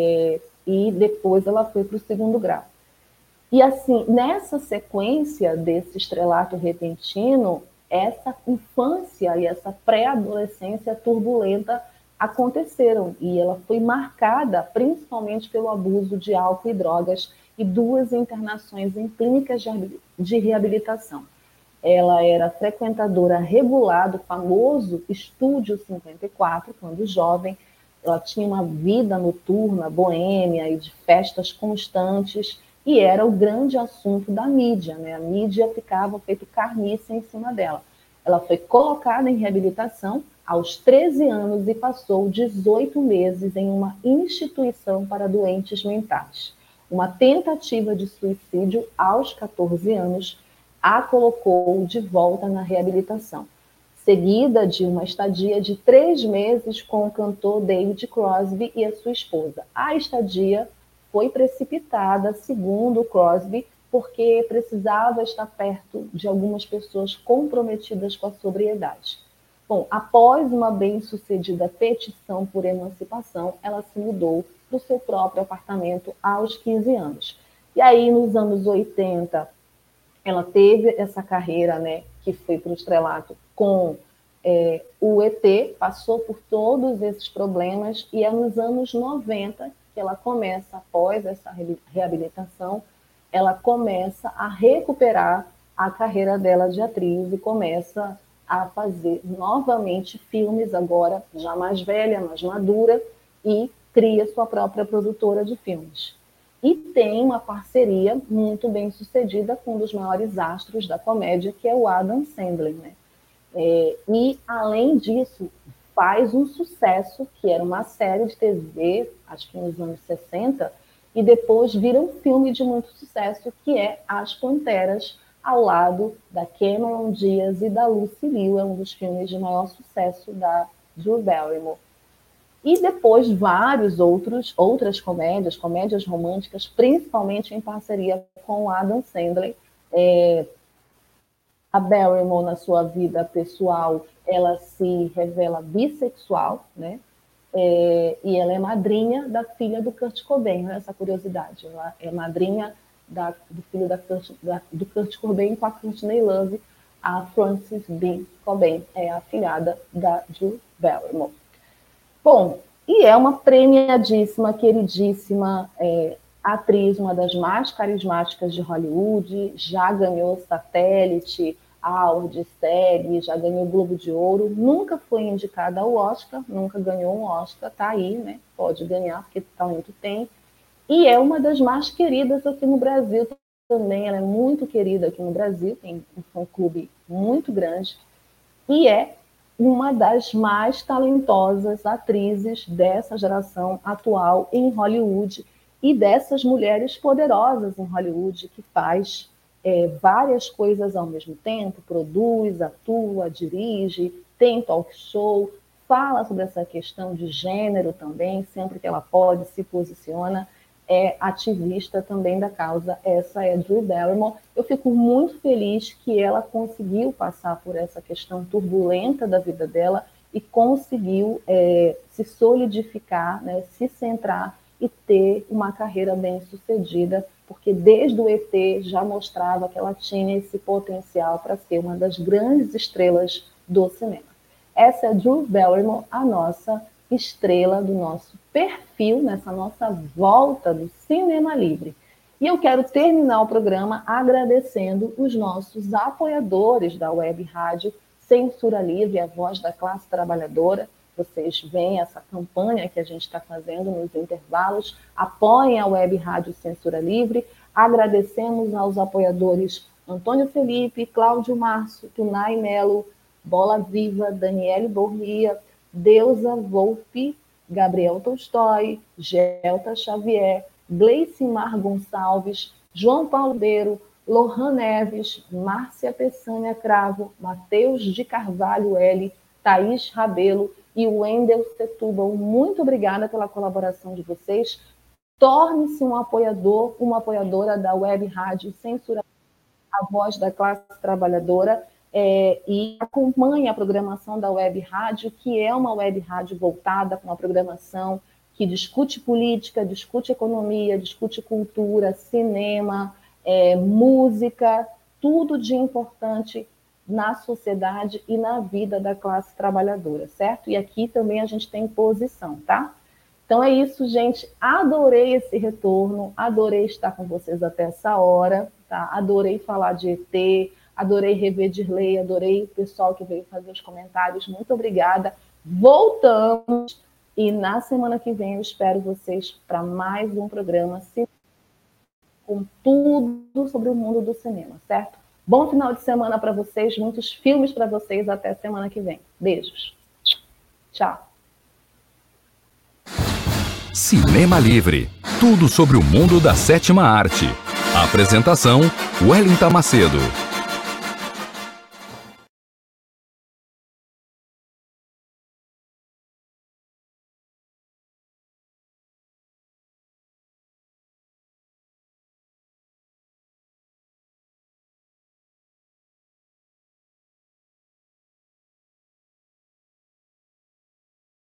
e depois ela foi para o 2º grau. E, assim, nessa sequência desse estrelato repentino, essa infância e essa pré-adolescência turbulenta aconteceram, e ela foi marcada principalmente pelo abuso de álcool e drogas e 2 internações em clínicas de reabilitação. Ela era frequentadora regular do famoso Estúdio 54, quando jovem. Ela tinha uma vida noturna, boêmia e de festas constantes, e era o grande assunto da mídia, né? A mídia ficava feito carniça em cima dela. Ela foi colocada em reabilitação aos 13 anos e passou 18 meses em uma instituição para doentes mentais. Uma tentativa de suicídio aos 14 anos a colocou de volta na reabilitação, seguida de uma estadia de 3 meses com o cantor David Crosby e a sua esposa. A estadia foi precipitada, segundo Crosby, porque precisava estar perto de algumas pessoas comprometidas com a sobriedade. Bom, após uma bem-sucedida petição por emancipação, ela se mudou para o seu próprio apartamento aos 15 anos. E aí, nos anos 80, ela teve essa carreira, né, que foi para o estrelato com o ET, passou por todos esses problemas, e é nos anos 90 que ela começa, após essa reabilitação, ela começa a recuperar a carreira dela de atriz e começa a fazer novamente filmes, agora já mais velha, mais madura, e cria sua própria produtora de filmes. E tem uma parceria muito bem sucedida com um dos maiores astros da comédia, que é o Adam Sandler, né? E, além disso, faz um sucesso, que era uma série de TV, acho que nos anos 60, e depois vira um filme de muito sucesso, que é As Panteras, ao lado da Cameron Diaz e da Lucy Liu. É um dos filmes de maior sucesso da Drew Barrymore. E depois várias outras comédias românticas, principalmente em parceria com o Adam Sandler. A Barrymore, na sua vida pessoal, ela se revela bissexual, né? E ela é madrinha da filha do Kurt Cobain, olha essa curiosidade. Ela é madrinha do filho do Kurt Cobain com a Courtney Love, a Frances B. Cobain, é a afilhada da Drew Barrymore. Bom, e é uma premiadíssima, queridíssima atriz, uma das mais carismáticas de Hollywood, já ganhou Satélite, Award, SEG, já ganhou Globo de Ouro, nunca foi indicada ao Oscar, nunca ganhou um Oscar, tá aí, né? Pode ganhar, porque talento tem. E é uma das mais queridas aqui no Brasil também, ela é muito querida aqui no Brasil, tem um fã-clube muito grande, e é uma das mais talentosas atrizes dessa geração atual em Hollywood, e dessas mulheres poderosas em Hollywood, que faz várias coisas ao mesmo tempo, produz, atua, dirige, tem talk show, fala sobre essa questão de gênero também, sempre que ela pode, se posiciona, é ativista também da causa. Essa é Drew Barrymore. Eu fico muito feliz que ela conseguiu passar por essa questão turbulenta da vida dela e conseguiu se solidificar, né, se centrar e ter uma carreira bem-sucedida, porque desde o ET já mostrava que ela tinha esse potencial para ser uma das grandes estrelas do cinema. Essa é Drew Barrymore, a nossa estrela do nosso perfil, nessa nossa volta do Cinema Livre. E eu quero terminar o programa agradecendo os nossos apoiadores da Web Rádio Censura Livre, a voz da classe trabalhadora. Vocês veem essa campanha que a gente está fazendo nos intervalos, apoiem a Web Rádio Censura Livre. Agradecemos aos apoiadores Antônio Felipe, Cláudio Márcio, Tunay Melo, Bola Viva, Daniele Borria, Deusa Volpe, Gabriel Tolstói, Gelta Xavier, Gleicimar Gonçalves, João Paulo Beiro, Lohan Neves, Márcia Peçanha Cravo, Matheus de Carvalho L, Thaís Rabelo e Wendel Setúbal. Muito obrigada pela colaboração de vocês. Torne-se um apoiador, uma apoiadora da Web Rádio Censura, a voz da classe trabalhadora, e acompanhe a programação da Web Rádio, que é uma Web Rádio voltada com uma programação que discute política, discute economia, discute cultura, cinema, música, tudo de importante na sociedade e na vida da classe trabalhadora, certo? E aqui também a gente tem posição, tá? Então é isso, gente. Adorei esse retorno, adorei estar com vocês até essa hora, tá? Adorei falar de ET, adorei rever Dirley, adorei o pessoal que veio fazer os comentários. Muito obrigada. Voltamos e na semana que vem eu espero vocês para mais um programa com tudo sobre o mundo do cinema, certo? Bom final de semana para vocês, muitos filmes para vocês até semana que vem. Beijos. Tchau. Cinema Livre. Tudo sobre o mundo da sétima arte. Apresentação: Wellington Macedo.